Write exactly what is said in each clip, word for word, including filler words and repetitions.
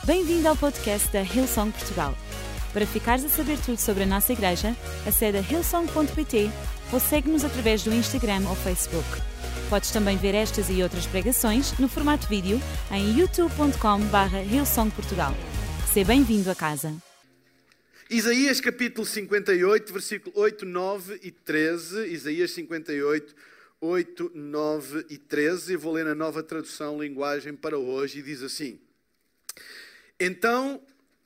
Bem-vindo ao podcast da Hillsong Portugal. Para ficares a saber tudo sobre a nossa igreja, acede a hillsong ponto pt ou segue-nos através do Instagram ou Facebook. Podes também ver estas e outras pregações no formato vídeo em youtube ponto com barra hillsong portugal. Seja bem-vindo a casa. Isaías capítulo cinquenta e oito, versículo oito, nove e treze. Isaías cinquenta e oito, oito, nove e treze. Eu vou ler na nova tradução linguagem para hoje e diz assim: Então,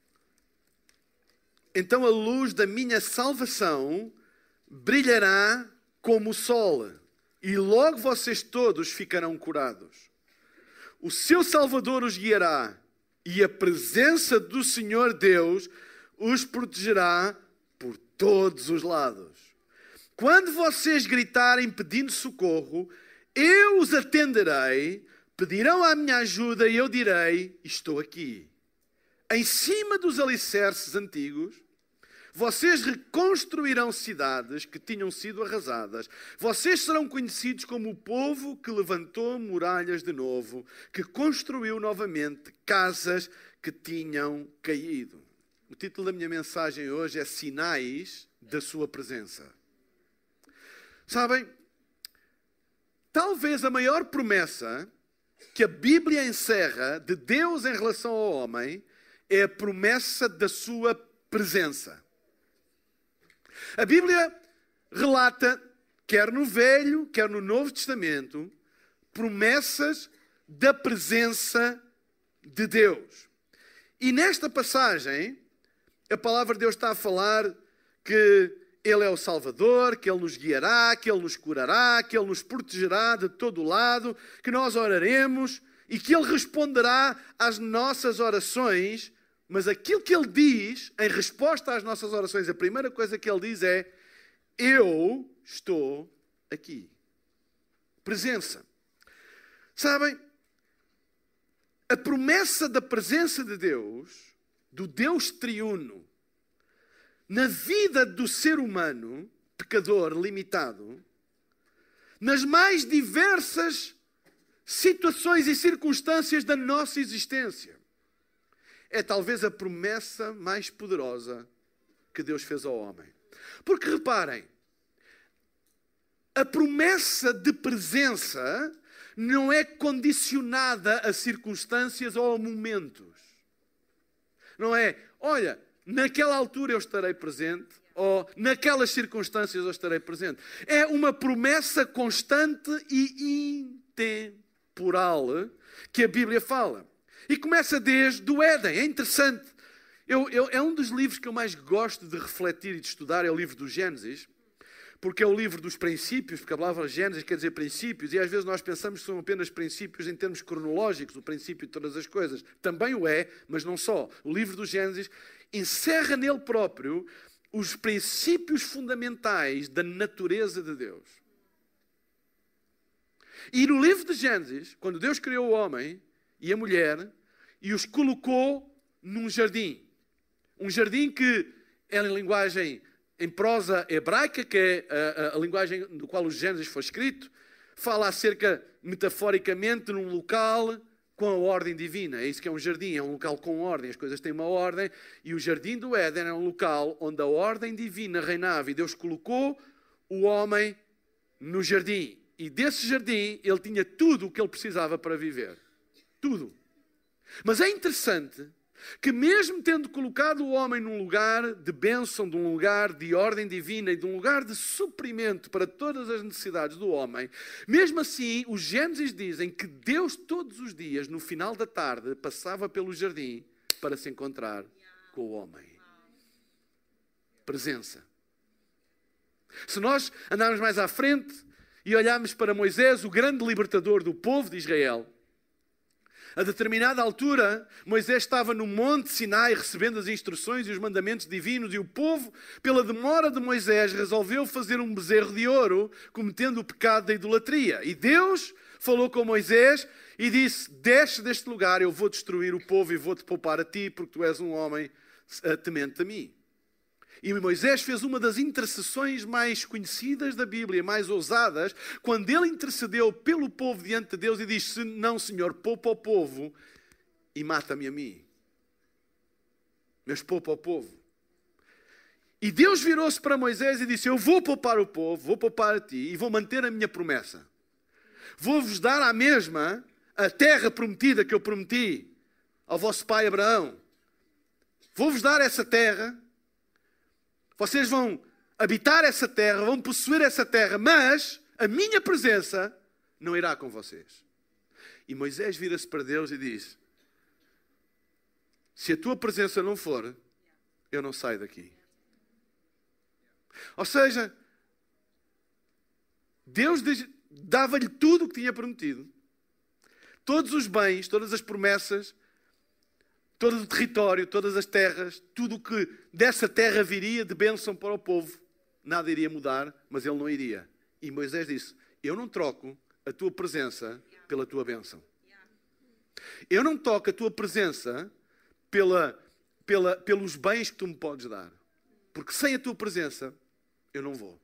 então a luz da minha salvação brilhará como o sol, e logo vocês todos ficarão curados. O seu Salvador os guiará, e a presença do Senhor Deus os protegerá por todos os lados. Quando vocês gritarem pedindo socorro, eu os atenderei, pedirão a minha ajuda e eu direi: estou aqui. Em cima dos alicerces antigos, vocês reconstruirão cidades que tinham sido arrasadas. Vocês serão conhecidos como o povo que levantou muralhas de novo, que construiu novamente casas que tinham caído. O título da minha mensagem hoje é Sinais da Sua Presença. Sabem, talvez a maior promessa que a Bíblia encerra de Deus em relação ao homem é a promessa da sua presença. A Bíblia relata, quer no Velho, quer no Novo Testamento, promessas da presença de Deus. E nesta passagem, a palavra de Deus está a falar que Ele é o Salvador, que Ele nos guiará, que Ele nos curará, que Ele nos protegerá de todo o lado, que nós oraremos e que Ele responderá às nossas orações. Mas aquilo que Ele diz em resposta às nossas orações, a primeira coisa que Ele diz é: eu estou aqui. Presença. Sabem, a promessa da presença de Deus, do Deus triuno, na vida do ser humano, pecador, limitado, nas mais diversas situações e circunstâncias da nossa existência, é talvez a promessa mais poderosa que Deus fez ao homem. Porque reparem, a promessa de presença não é condicionada a circunstâncias ou a momentos. Não é, olha, naquela altura eu estarei presente, ou naquelas circunstâncias eu estarei presente. É uma promessa constante e intemporal que a Bíblia fala. E começa desde o Éden. É interessante. Eu, eu, é um dos livros que eu mais gosto de refletir e de estudar, é o livro do Gênesis, porque é o livro dos princípios, porque a palavra Gênesis quer dizer princípios, e às vezes nós pensamos que são apenas princípios em termos cronológicos, o princípio de todas as coisas. Também o é, mas não só. O livro do Gênesis encerra nele próprio os princípios fundamentais da natureza de Deus. E no livro de Gênesis, quando Deus criou o homem e a mulher, e os colocou num jardim. Um jardim que é em linguagem, em prosa hebraica, que é a, a, a linguagem do qual o Gênesis foi escrito, fala acerca, metaforicamente, num local com a ordem divina. É isso que é um jardim, é um local com ordem, as coisas têm uma ordem, e o jardim do Éden é um local onde a ordem divina reinava, e Deus colocou o homem no jardim. E desse jardim, ele tinha tudo o que ele precisava para viver. Tudo. Mas é interessante que mesmo tendo colocado o homem num lugar de bênção, de um lugar de ordem divina e de um lugar de suprimento para todas as necessidades do homem, mesmo assim os Gênesis dizem que Deus todos os dias, no final da tarde, passava pelo jardim para se encontrar com o homem. Presença. Se nós andarmos mais à frente e olharmos para Moisés, o grande libertador do povo de Israel, a determinada altura, Moisés estava no Monte Sinai recebendo as instruções e os mandamentos divinos, e o povo, pela demora de Moisés, resolveu fazer um bezerro de ouro, cometendo o pecado da idolatria. E Deus falou com Moisés e disse: desce deste lugar, eu vou destruir o povo e vou-te poupar a ti, porque tu és um homem temente a mim. E Moisés fez uma das intercessões mais conhecidas da Bíblia, mais ousadas, quando ele intercedeu pelo povo diante de Deus e disse: não, Senhor, poupa o povo e mata-me a mim. mas poupa o povo. E Deus virou-se para Moisés e disse, eu vou poupar o povo, vou poupar a ti e vou manter a minha promessa. Vou-vos dar à mesma a terra prometida que eu prometi ao vosso pai Abraão. Vou-vos dar essa terra, vocês vão habitar essa terra, vão possuir essa terra, mas a minha presença não irá com vocês. E Moisés vira-se para Deus e diz, se a tua presença não for, eu não saio daqui. Ou seja, Deus dava-lhe tudo o que tinha prometido. Todos os bens, todas as promessas, todo o território, todas as terras, tudo o que dessa terra viria de bênção para o povo. Nada iria mudar, mas ele não iria. E Moisés disse, eu não troco a tua presença pela tua bênção. Eu não troco a tua presença pela, pela, pelos bens que tu me podes dar. Porque sem a tua presença, eu não vou.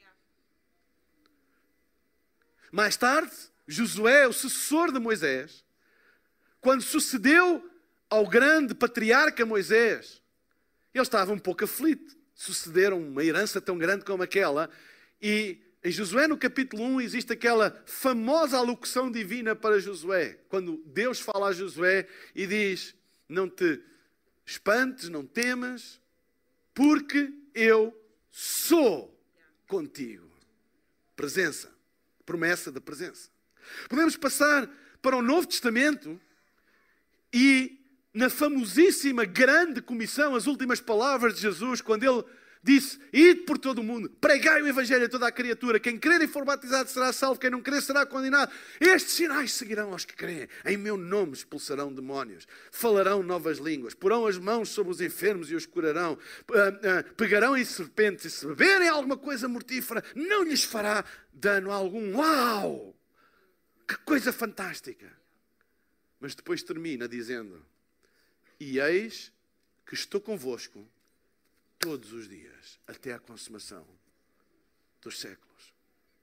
Mais tarde, Josué, o sucessor de Moisés, quando sucedeu ao grande patriarca Moisés, ele estava um pouco aflito. Sucederam uma herança tão grande como aquela. E em Josué, no capítulo um, existe aquela famosa alocução divina para Josué. Quando Deus fala a Josué e diz, não te espantes, não temas, porque eu sou contigo. Presença. Promessa da presença. Podemos passar para o Novo Testamento e na famosíssima grande comissão, as últimas palavras de Jesus, quando ele disse, ide por todo o mundo, pregai o Evangelho a toda a criatura, quem crer e for batizado será salvo, quem não crer será condenado. Estes sinais seguirão aos que creem, em meu nome expulsarão demónios, falarão novas línguas, porão as mãos sobre os enfermos e os curarão, pegarão em serpentes e se beberem alguma coisa mortífera, não lhes fará dano algum. Uau! Que coisa fantástica! Mas depois termina dizendo, e eis que estou convosco todos os dias, até à consumação dos séculos.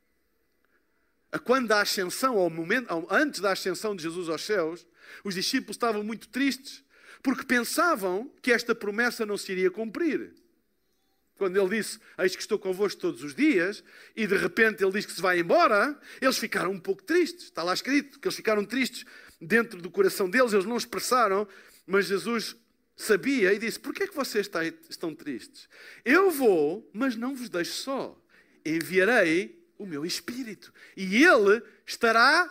A quando da ascensão, ao momento, ao, antes da ascensão de Jesus aos céus, os discípulos estavam muito tristes, porque pensavam que esta promessa não se iria cumprir. Quando ele disse, eis que estou convosco todos os dias, e de repente ele diz que se vai embora, eles ficaram um pouco tristes. Está lá escrito que eles ficaram tristes dentro do coração deles, eles não expressaram, mas Jesus sabia e disse, porquê é que vocês estão tristes? Eu vou, mas não vos deixo só. Enviarei o meu Espírito. E Ele estará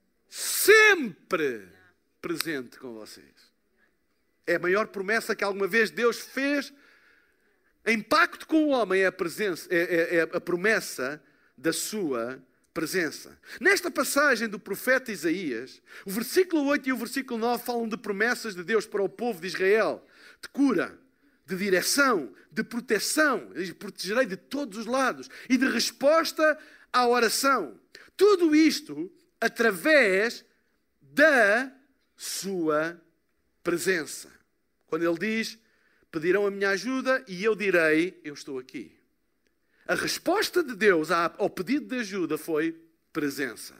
sempre presente com vocês. É a maior promessa que alguma vez Deus fez em pacto com o homem. É a, presença, é, é, é a promessa da sua presença. Nesta passagem do profeta Isaías, o versículo oito e o versículo nove falam de promessas de Deus para o povo de Israel, de cura, de direção, de proteção, protegerei de todos os lados, e de resposta à oração. Tudo isto através da sua presença. Quando ele diz, pedirão a minha ajuda e eu direi, eu estou aqui. A resposta de Deus ao pedido de ajuda foi presença.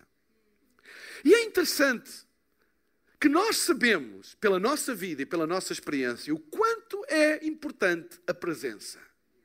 E é interessante que nós sabemos, pela nossa vida e pela nossa experiência, o quanto é importante a presença.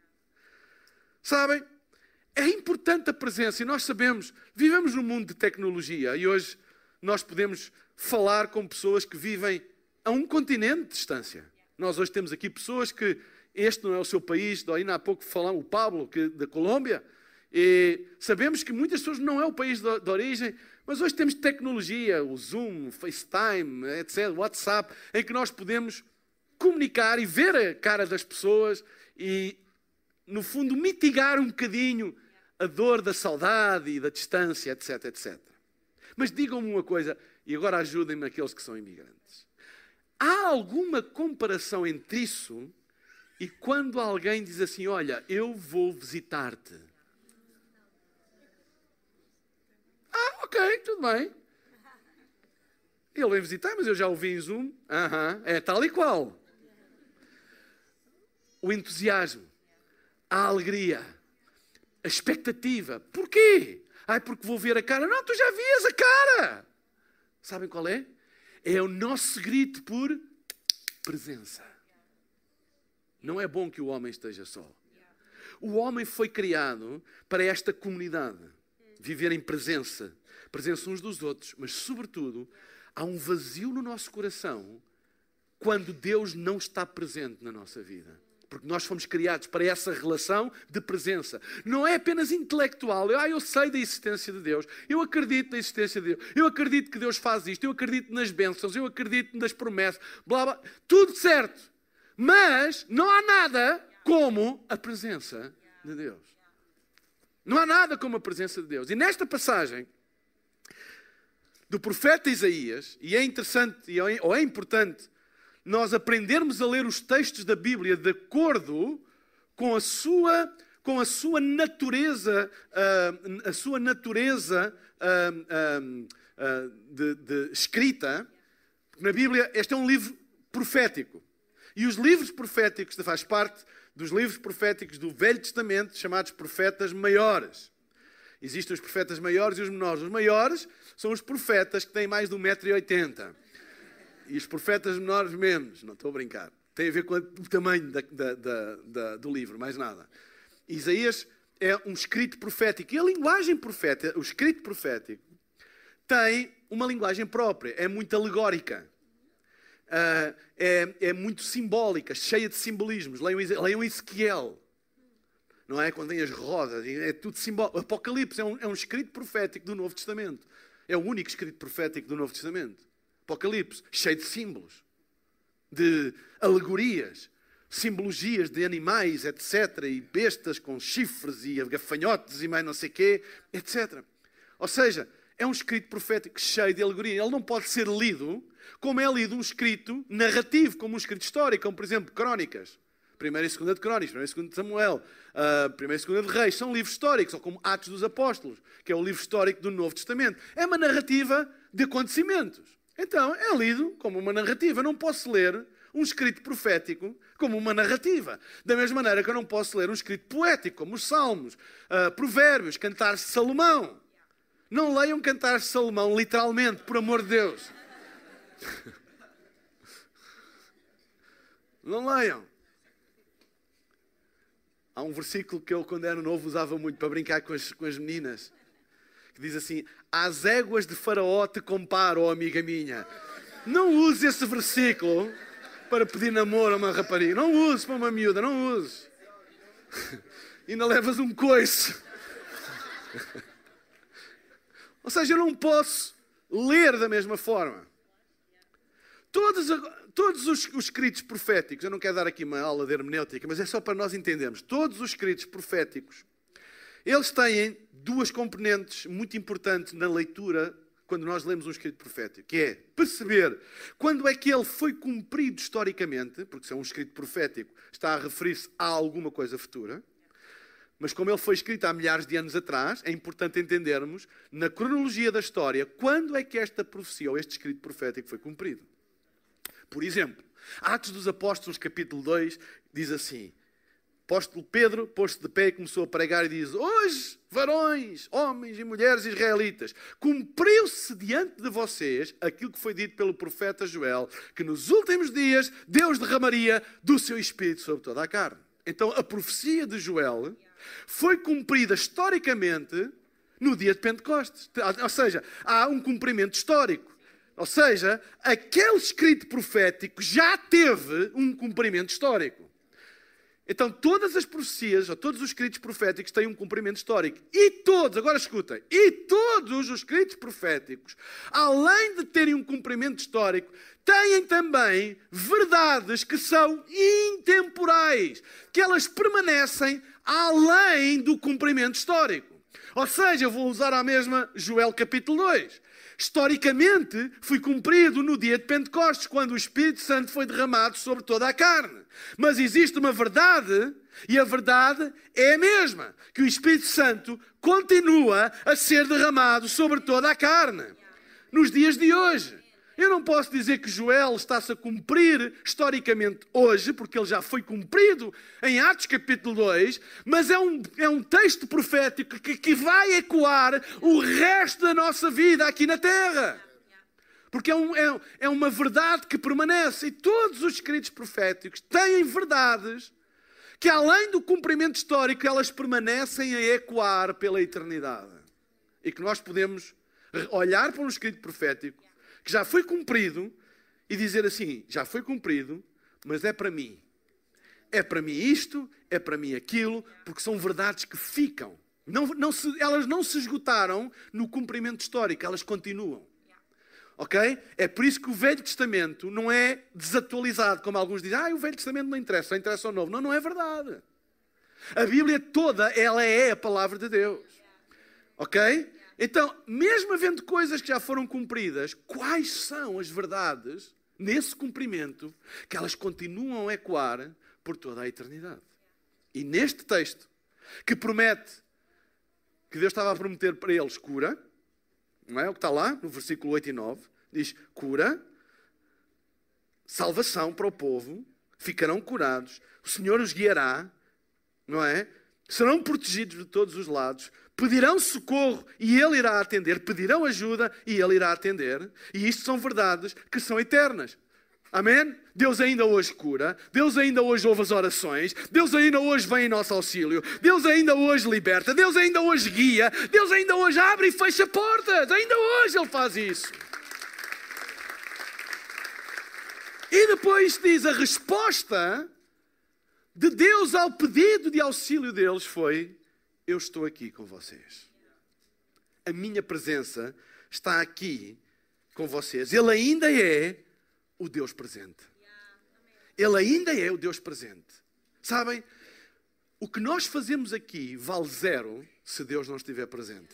Sabem? É importante a presença e nós sabemos, vivemos num mundo de tecnologia e hoje nós podemos falar com pessoas que vivem a um continente de distância. Nós hoje temos aqui pessoas que este não é o seu país, ainda há pouco falamos o Pablo, que, da Colômbia, e sabemos que muitas pessoas não é o país de, de origem, mas hoje temos tecnologia, o Zoom, o FaceTime, etcétera, o WhatsApp, em que nós podemos comunicar e ver a cara das pessoas e, no fundo, mitigar um bocadinho a dor da saudade e da distância, etcétera, etcétera. Mas digam-me uma coisa, e agora ajudem-me aqueles que são imigrantes. Há alguma comparação entre isso e quando alguém diz assim, olha, eu vou visitar-te? Ah, ok, tudo bem. Ele vem visitar, mas eu já o vi em Zoom. Aham, é tal e qual. O entusiasmo, a alegria, a expectativa. Porquê? Ai, porque vou ver a cara. Não, tu já vias a cara. Sabem qual é? É o nosso grito por presença. Não é bom que o homem esteja só. O homem foi criado para esta comunidade. Viver em presença. Presença uns dos outros. Mas, sobretudo, há um vazio no nosso coração quando Deus não está presente na nossa vida. Porque nós fomos criados para essa relação de presença. Não é apenas intelectual. Eu, ah, eu sei da existência de Deus. Eu acredito na existência de Deus. Eu acredito que Deus faz isto. Eu acredito nas bênçãos. Eu acredito nas promessas. Blá, blá. Tudo certo. Mas não há nada como a presença de Deus. Não há nada como a presença de Deus. E nesta passagem do profeta Isaías, e é interessante, ou é importante, nós aprendermos a ler os textos da Bíblia de acordo com a sua, com a sua natureza, uh, a sua natureza uh, uh, uh, de, de escrita. Na Bíblia, este é um livro profético. E os livros proféticos, faz parte dos livros proféticos do Velho Testamento, chamados profetas maiores. Existem os profetas maiores e os menores. Os maiores são os profetas que têm mais de um metro e oitenta. E os profetas menores menos. Não estou a brincar. Tem a ver com o tamanho da, da, da, da, do livro, mais nada. Isaías é um escrito profético. E a linguagem profética, o escrito profético, tem uma linguagem própria. É muito alegórica. Uh, é, é muito simbólica, cheia de simbolismos. Leiam, leiam Ezequiel. Não é? Quando tem as rodas. É tudo simbólico. Apocalipse é um, é um escrito profético do Novo Testamento. É o único escrito profético do Novo Testamento. Apocalipse, cheio de símbolos, de alegorias, simbologias de animais, etcétera, e bestas com chifres e gafanhotos e mais não sei o quê, etcétera. Ou seja, é um escrito profético cheio de alegoria. Ele não pode ser lido como é lido um escrito narrativo, como um escrito histórico, como por exemplo Crónicas. Primeira e Segunda de Crónicas, Primeira e Segunda de Samuel, uh, Primeira e Segunda de Reis, são livros históricos, ou como Atos dos Apóstolos, que é o livro histórico do Novo Testamento. É uma narrativa de acontecimentos. Então, é lido como uma narrativa. Eu não posso ler um escrito profético como uma narrativa. Da mesma maneira que eu não posso ler um escrito poético, como os Salmos, uh, Provérbios, Cantares de Salomão. Não leiam Cantares de Salomão literalmente, por amor de Deus. Não leiam. Há um versículo que eu, quando era novo, usava muito para brincar com as, com as meninas. Que diz assim: às éguas de Faraó te comparo, ó amiga minha. Não use esse versículo para pedir namoro a uma rapariga. Não use para uma miúda, não use. Ainda levas um coice. Ou seja, eu não posso ler da mesma forma. Todos, todos os, os escritos proféticos, eu não quero dar aqui uma aula de hermenêutica, mas é só para nós entendermos. Todos os escritos proféticos, eles têm duas componentes muito importantes na leitura quando nós lemos um escrito profético, que é perceber quando é que ele foi cumprido historicamente, porque se é um escrito profético, está a referir-se a alguma coisa futura, mas como ele foi escrito há milhares de anos atrás, é importante entendermos, na cronologia da história, quando é que esta profecia ou este escrito profético foi cumprido. Por exemplo, Atos dos Apóstolos, capítulo dois, diz assim: apóstolo Pedro pôs-se de pé e começou a pregar e diz: hoje, varões, homens e mulheres israelitas, cumpriu-se diante de vocês aquilo que foi dito pelo profeta Joel, que nos últimos dias Deus derramaria do seu Espírito sobre toda a carne. Então a profecia de Joel foi cumprida historicamente no dia de Pentecostes. Ou seja, há um cumprimento histórico. Ou seja, aquele escrito profético já teve um cumprimento histórico. Então, todas as profecias, ou todos os escritos proféticos têm um cumprimento histórico. E todos, agora escutem, e todos os escritos proféticos, além de terem um cumprimento histórico, têm também verdades que são intemporais, que elas permanecem além do cumprimento histórico. Ou seja, eu vou usar a mesma Joel capítulo dois. Historicamente, foi cumprido no dia de Pentecostes, quando o Espírito Santo foi derramado sobre toda a carne. Mas existe uma verdade, e a verdade é a mesma, que o Espírito Santo continua a ser derramado sobre toda a carne, nos dias de hoje. Eu não posso dizer que Joel está-se a cumprir historicamente hoje, porque ele já foi cumprido em Atos capítulo dois, mas é um, é um texto profético que, que vai ecoar o resto da nossa vida aqui na Terra. Porque é, um, é, é uma verdade que permanece. E todos os escritos proféticos têm verdades que, além do cumprimento histórico, elas permanecem a ecoar pela eternidade. E que nós podemos olhar para um escrito profético que já foi cumprido e dizer assim, já foi cumprido, mas é para mim. É para mim isto, é para mim aquilo, porque são verdades que ficam. Não, não se, elas não se esgotaram no cumprimento histórico, elas continuam. Ok? É por isso que o Velho Testamento não é desatualizado, como alguns dizem. Ah, o Velho Testamento não interessa, só interessa o Novo. Não, não é verdade. A Bíblia toda, ela é a palavra de Deus. Ok? Então, mesmo havendo coisas que já foram cumpridas, quais são as verdades nesse cumprimento que elas continuam a ecoar por toda a eternidade? E neste texto, que promete, que Deus estava a prometer para eles cura, não é? O que está lá, no versículo oito e nove, diz cura, salvação para o povo, ficarão curados, o Senhor os guiará, não é? Serão protegidos de todos os lados, pedirão socorro e Ele irá atender, pedirão ajuda e Ele irá atender. E isto são verdades que são eternas. Amém? Deus ainda hoje cura, Deus ainda hoje ouve as orações, Deus ainda hoje vem em nosso auxílio, Deus ainda hoje liberta, Deus ainda hoje guia, Deus ainda hoje abre e fecha portas, ainda hoje Ele faz isso. E depois diz, a resposta de Deus ao pedido de auxílio deles foi, eu estou aqui com vocês. A minha presença está aqui com vocês. Ele ainda é o Deus presente. Ele ainda é o Deus presente. Sabem, o que nós fazemos aqui vale zero se Deus não estiver presente.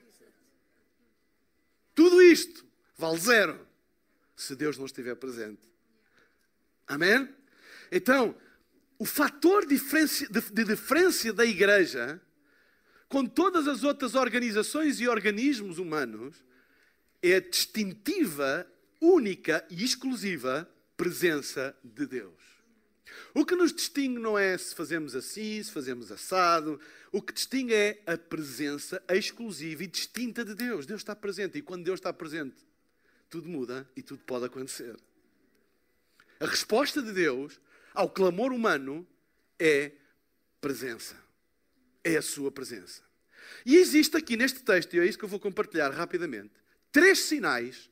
Tudo isto vale zero se Deus não estiver presente. Amém? Então, o fator de diferença, de, de diferença da igreja com todas as outras organizações e organismos humanos é a distintiva, única e exclusiva presença de Deus. O que nos distingue não é se fazemos assim, se fazemos assado. O que distingue é a presença exclusiva e distinta de Deus. Deus está presente e quando Deus está presente, tudo muda e tudo pode acontecer. A resposta de Deus ao clamor humano é presença. É a sua presença. E existe aqui neste texto, e é isso que eu vou compartilhar rapidamente, três sinais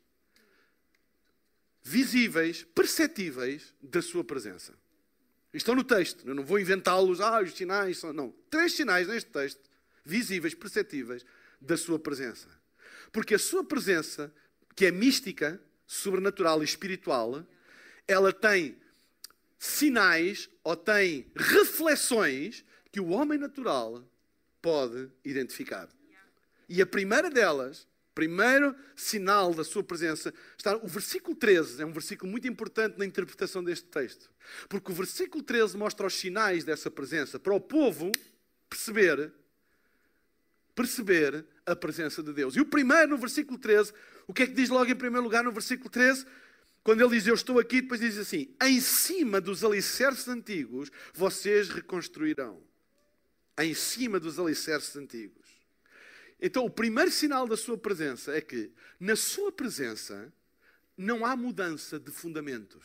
visíveis, perceptíveis da sua presença. Estão no texto, eu não vou inventá-los, ah, os sinais são... Não, três sinais neste texto, visíveis, perceptíveis da sua presença. Porque a sua presença, que é mística, sobrenatural e espiritual, ela tem sinais ou tem reflexões que o homem natural pode identificar. E a primeira delas, primeiro sinal da sua presença, está o versículo treze, é um versículo muito importante na interpretação deste texto. Porque o versículo treze mostra os sinais dessa presença, para o povo perceber, perceber a presença de Deus. E o primeiro, no versículo treze, o que é que diz logo em primeiro lugar no versículo treze? Quando ele diz, eu estou aqui, depois diz assim, em cima dos alicerces antigos, vocês reconstruirão. Em cima dos alicerces antigos. Então, o primeiro sinal da sua presença é que, na sua presença, não há mudança de fundamentos.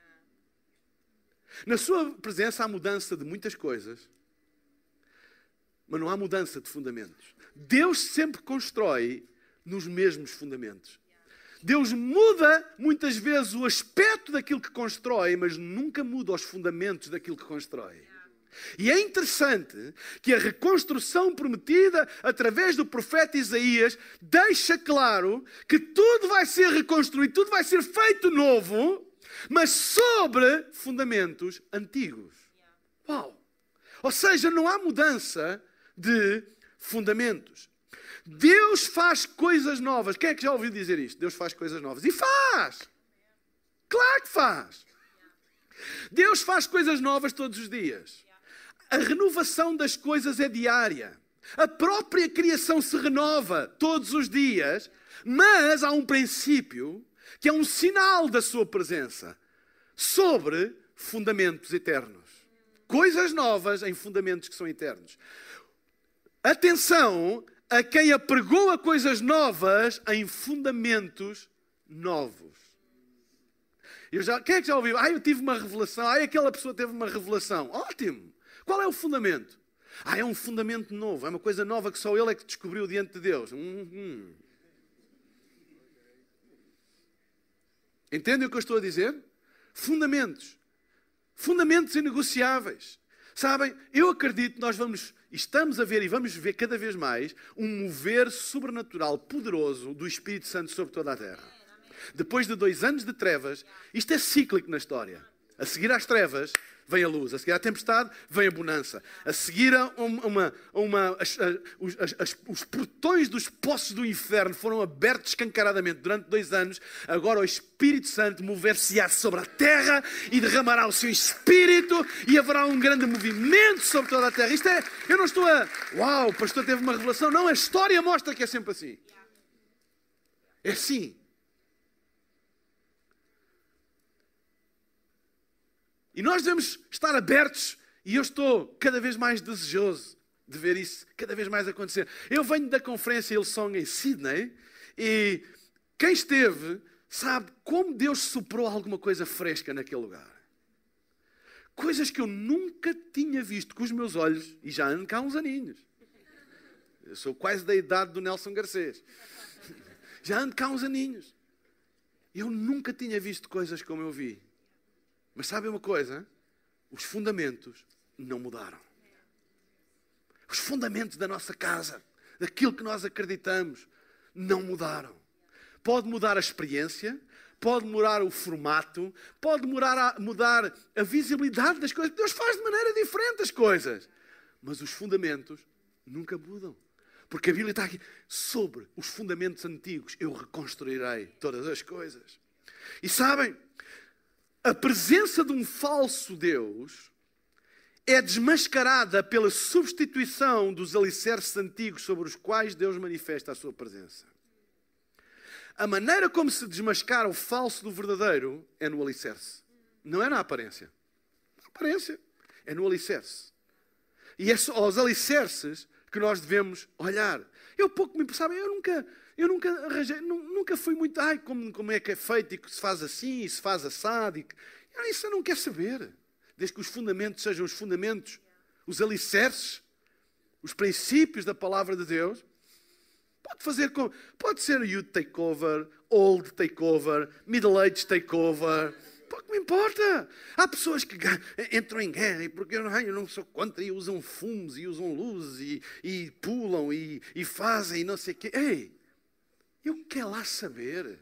Na sua presença há mudança de muitas coisas, mas não há mudança de fundamentos. Deus sempre constrói nos mesmos fundamentos. Deus muda muitas vezes o aspecto daquilo que constrói, mas nunca muda os fundamentos daquilo que constrói. E é interessante que a reconstrução prometida através do profeta Isaías deixa claro que tudo vai ser reconstruído, tudo vai ser feito novo, mas sobre fundamentos antigos. Uau! Ou seja, não há mudança de fundamentos. Deus faz coisas novas. Quem é que já ouviu dizer isto? Deus faz coisas novas. E faz! Claro que faz! Deus faz coisas novas todos os dias. A renovação das coisas é diária. A própria criação se renova todos os dias, mas há um princípio que é um sinal da sua presença sobre fundamentos eternos. Coisas novas em fundamentos que são eternos. Atenção a quem apregoa coisas novas em fundamentos novos. Eu já, quem é que já ouviu? Ah, eu tive uma revelação. Ah, aquela pessoa teve uma revelação. Ótimo. Qual é o fundamento? Ah, é um fundamento novo. É uma coisa nova que só ele é que descobriu diante de Deus. Hum, hum. Entendem o que eu estou a dizer? Fundamentos. Fundamentos inegociáveis. Sabem, eu acredito que nós vamos, estamos a ver e vamos ver cada vez mais um mover sobrenatural, poderoso do Espírito Santo sobre toda a terra. Depois de dois anos de trevas, isto é cíclico na história. A seguir às trevas, vem a luz. A seguir à tempestade, vem a bonança. A seguir a uma... uma, uma as, as, as, as, os portões dos poços do inferno foram abertos escancaradamente durante dois anos. Agora o Espírito Santo mover-se-á sobre a terra e derramará o seu Espírito e haverá um grande movimento sobre toda a terra. Isto é... Eu não estou a... Uau, o pastor teve uma revelação. Não, a história mostra que é sempre assim. É assim. E nós devemos estar abertos, e eu estou cada vez mais desejoso de ver isso cada vez mais acontecer. Eu venho da conferência Hillsong em Sydney, e quem esteve sabe como Deus soprou alguma coisa fresca naquele lugar. Coisas que eu nunca tinha visto com os meus olhos, e já ando cá há uns aninhos. Eu sou quase da idade do Nelson Garcês. Já ando cá há uns aninhos. Eu nunca tinha visto coisas como eu vi. Mas sabem uma coisa? Os fundamentos não mudaram. Os fundamentos da nossa casa, daquilo que nós acreditamos, não mudaram. Pode mudar a experiência, pode mudar o formato, pode mudar a, mudar a visibilidade das coisas. Deus faz de maneira diferente as coisas. Mas os fundamentos nunca mudam. Porque a Bíblia está aqui. Sobre os fundamentos antigos eu reconstruirei todas as coisas. E sabem... A presença de um falso Deus é desmascarada pela substituição dos alicerces antigos sobre os quais Deus manifesta a sua presença. A maneira como se desmascara o falso do verdadeiro é no alicerce. Não é na aparência. Na aparência é no alicerce. E é só aos alicerces que nós devemos olhar. Eu pouco me sabem, eu nunca... Eu nunca arranjei, nunca fui muito, ai, como, como é que é feito e que se faz assim e se faz assado. E que, isso eu não quero saber. Desde que os fundamentos sejam os fundamentos, os alicerces, os princípios da palavra de Deus. Pode fazer com, pode ser youth takeover, old takeover, middle age takeover. Pouco me importa. Há pessoas que entram em guerra porque eu não, eu não sou contra e usam fumos e usam luzes e, e pulam e, e fazem e não sei o quê. Ei! Eu quero lá saber.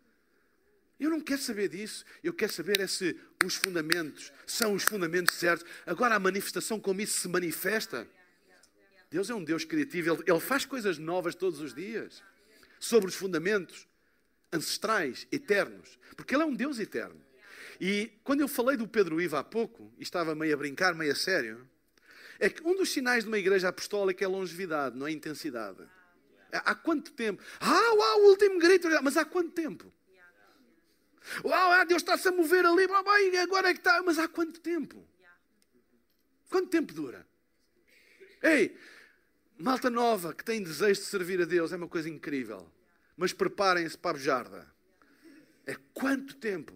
Eu não quero saber disso. Eu quero saber é se os fundamentos são os fundamentos certos. Agora a manifestação como isso se manifesta. Deus é um Deus criativo. Ele, ele faz coisas novas todos os dias. Sobre os fundamentos ancestrais, eternos. Porque Ele é um Deus eterno. E quando eu falei do Pedro Ivo há pouco, e estava meio a brincar, meio a sério, é que um dos sinais de uma igreja apostólica é longevidade, não é intensidade. Há quanto tempo? Ah, uau, o último grito. Mas há quanto tempo? Uau, ah, Deus está-se a mover ali. Agora é que está. Mas há quanto tempo? Quanto tempo dura? Ei, malta nova que tem desejo de servir a Deus é uma coisa incrível. Mas preparem-se para a bujarda. É quanto tempo?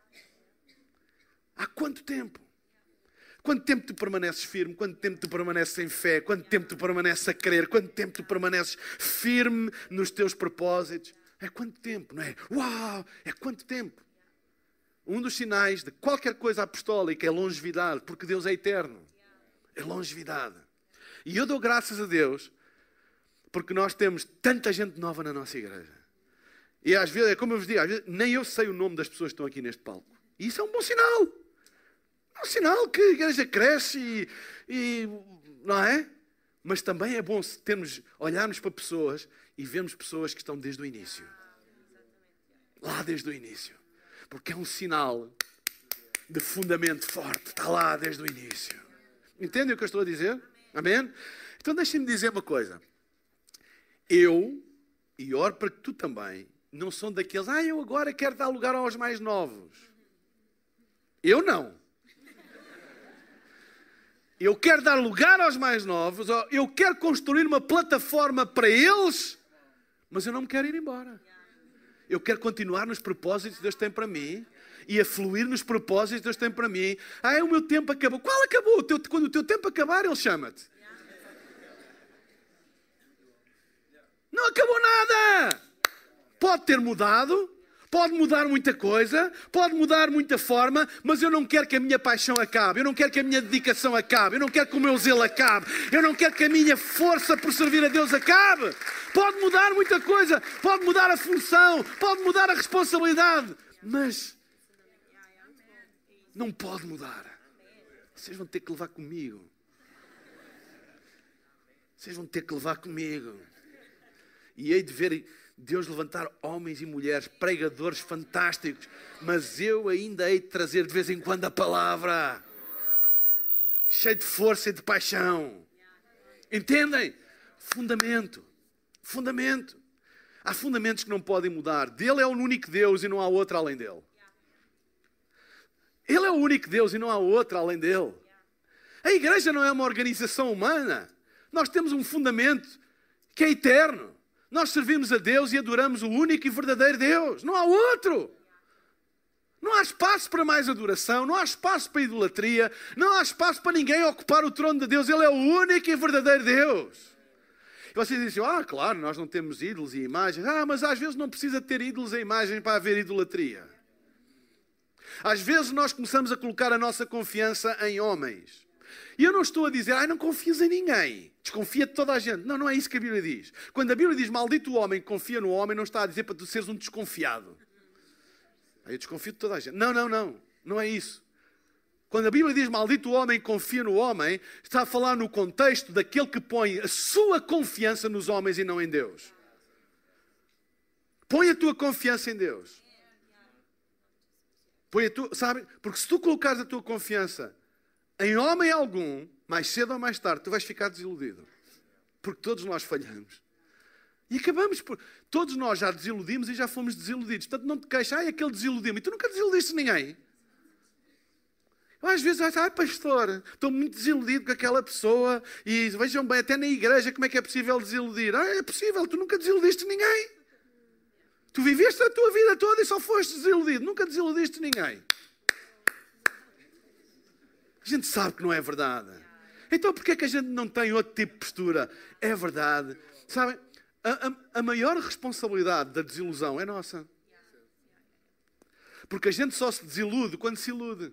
Há quanto tempo? Quanto tempo tu permaneces firme? Quanto tempo tu permaneces em fé? Quanto tempo tu permaneces a crer? Quanto tempo tu permaneces firme nos teus propósitos? É quanto tempo, não é? Uau! É quanto tempo? Um dos sinais de qualquer coisa apostólica é longevidade, porque Deus é eterno. É longevidade. E eu dou graças a Deus, porque nós temos tanta gente nova na nossa igreja. E às vezes, é como eu vos digo, às vezes, nem eu sei o nome das pessoas que estão aqui neste palco. E isso é um bom sinal. É um sinal que a igreja cresce e, e não é? Mas também é bom termos, olharmos para pessoas e vermos pessoas que estão desde o início. Lá desde o início. Porque é um sinal de fundamento forte. Está lá desde o início. Entendem o que eu estou a dizer? Amém? Então deixem-me dizer uma coisa. Eu, e oro para que tu também, não são daqueles, ah, eu agora quero dar lugar aos mais novos. Eu não. Eu quero dar lugar aos mais novos, eu quero construir uma plataforma para eles, mas eu não me quero ir embora. Eu quero continuar nos propósitos que Deus tem para mim e a fluir nos propósitos que Deus tem para mim. Ah, o meu tempo acabou. Qual acabou? O teu, quando o teu tempo acabar, Ele chama-te. Não acabou nada. Pode ter mudado, pode mudar muita coisa, pode mudar muita forma, mas eu não quero que a minha paixão acabe, eu não quero que a minha dedicação acabe, eu não quero que o meu zelo acabe, eu não quero que a minha força por servir a Deus acabe. Pode mudar muita coisa, pode mudar a função, pode mudar a responsabilidade, mas não pode mudar. Vocês vão ter que levar comigo. Vocês vão ter que levar comigo. E hei de ver Deus levantar homens e mulheres, pregadores fantásticos, mas eu ainda hei de trazer de vez em quando a palavra, cheio de força e de paixão. Entendem? Fundamento. Fundamento. Há fundamentos que não podem mudar. Dele é o único Deus e não há outro além dele. Ele é o único Deus e não há outro além dele. A igreja não é uma organização humana. Nós temos um fundamento que é eterno. Nós servimos a Deus e adoramos o único e verdadeiro Deus. Não há outro. Não há espaço para mais adoração. Não há espaço para idolatria. Não há espaço para ninguém ocupar o trono de Deus. Ele é o único e verdadeiro Deus. E vocês dizem, ah, claro, nós não temos ídolos e imagens. Ah, mas às vezes não precisa ter ídolos e imagens para haver idolatria. Às vezes nós começamos a colocar a nossa confiança em homens. E eu não estou a dizer, ai, não confias em ninguém. Desconfia de toda a gente. Não, não é isso que a Bíblia diz. Quando a Bíblia diz, maldito o homem que confia no homem, não está a dizer para tu seres um desconfiado. Aí eu desconfio de toda a gente. Não, não, não. Não é isso. Quando a Bíblia diz, maldito o homem que confia no homem, está a falar no contexto daquele que põe a sua confiança nos homens e não em Deus. Põe a tua confiança em Deus. Põe a tua, sabe? Porque se tu colocares a tua confiança em homem algum, mais cedo ou mais tarde, tu vais ficar desiludido. Porque todos nós falhamos. E acabamos por... Todos nós já desiludimos e já fomos desiludidos. Portanto, não te queixes, ai, aquele desiludiu-me. E tu nunca desiludiste ninguém. Eu, às vezes, ai, pastor, estou muito desiludido com aquela pessoa. E vejam bem, até na igreja, como é que é possível desiludir? Ah, é possível, tu nunca desiludiste ninguém. Tu viveste a tua vida toda e só foste desiludido. Nunca desiludiste ninguém. A gente sabe que não é verdade. Então porquê é que a gente não tem outro tipo de postura? É verdade. Sabem, a, a, a maior responsabilidade da desilusão é nossa. Porque a gente só se desilude quando se ilude.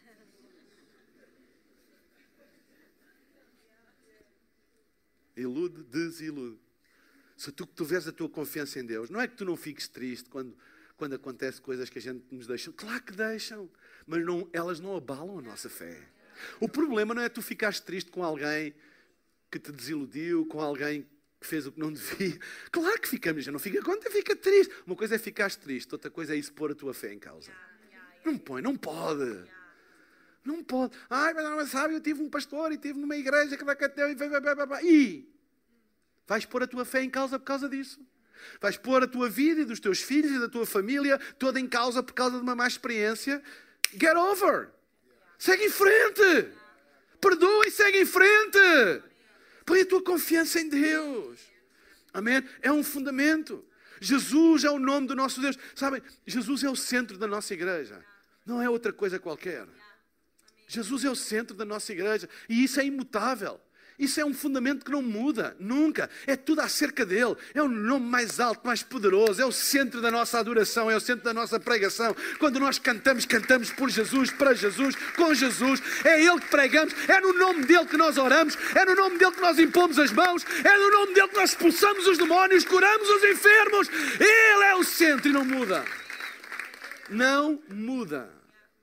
Ilude, desilude. Se tu, tu vês a tua confiança em Deus, não é que tu não fiques triste quando, quando acontecem coisas que a gente nos deixa. Claro que deixam, mas não, elas não abalam a nossa fé. O problema não é tu ficares triste com alguém que te desiludiu, com alguém que fez o que não devia. Claro que ficamos, já não fica conta, fica triste. Uma coisa é ficares triste, outra coisa é isso pôr a tua fé em causa. Não põe, não pode. Não pode. Ai, mas não sabe, eu tive um pastor e tive numa igreja que vai cateu e... E vais pôr a tua fé em causa por causa disso. Vais pôr a tua vida e dos teus filhos e da tua família toda em causa por causa de uma má experiência. Get over. Segue em frente. Perdoa e segue em frente. Põe a tua confiança em Deus. Amém? É um fundamento. Jesus é o nome do nosso Deus. Sabem, Jesus é o centro da nossa igreja. Não é outra coisa qualquer. Jesus é o centro da nossa igreja. E isso é imutável. Isso é um fundamento que não muda, nunca. É tudo acerca dele. É o nome mais alto, mais poderoso. É o centro da nossa adoração, é o centro da nossa pregação. Quando nós cantamos, cantamos por Jesus, para Jesus, com Jesus. É ele que pregamos, é no nome dele que nós oramos, é no nome dele que nós impomos as mãos, é no nome dele que nós expulsamos os demónios, curamos os enfermos. Ele é o centro e não muda. Não muda.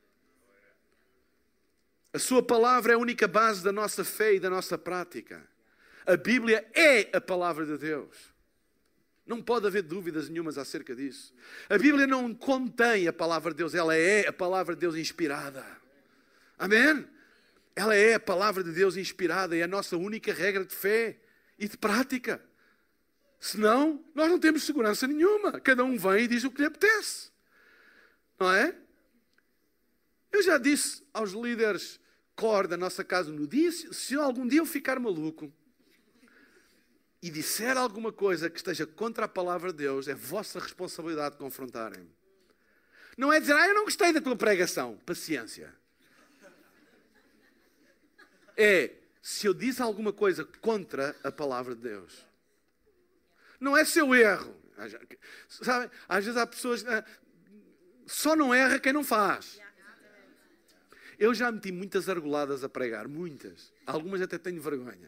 A sua palavra é a única base da nossa fé e da nossa prática. A Bíblia é a palavra de Deus. Não pode haver dúvidas nenhumas acerca disso. A Bíblia não contém a palavra de Deus, ela é a palavra de Deus inspirada. Amém? Ela é a palavra de Deus inspirada, é a nossa única regra de fé e de prática. Senão, nós não temos segurança nenhuma. Cada um vem e diz o que lhe apetece. Não é? Eu já disse aos líderes core da nossa casa no dia, se algum dia eu ficar maluco e disser alguma coisa que esteja contra a palavra de Deus, é vossa responsabilidade de confrontarem-me. Não é dizer, ah, eu não gostei da tua pregação. Paciência. É, se eu disse alguma coisa contra a palavra de Deus. Não é seu erro. Sabe, às vezes há pessoas... Só não erra quem não faz. Eu já meti muitas argoladas a pregar. Muitas. Algumas até tenho vergonha.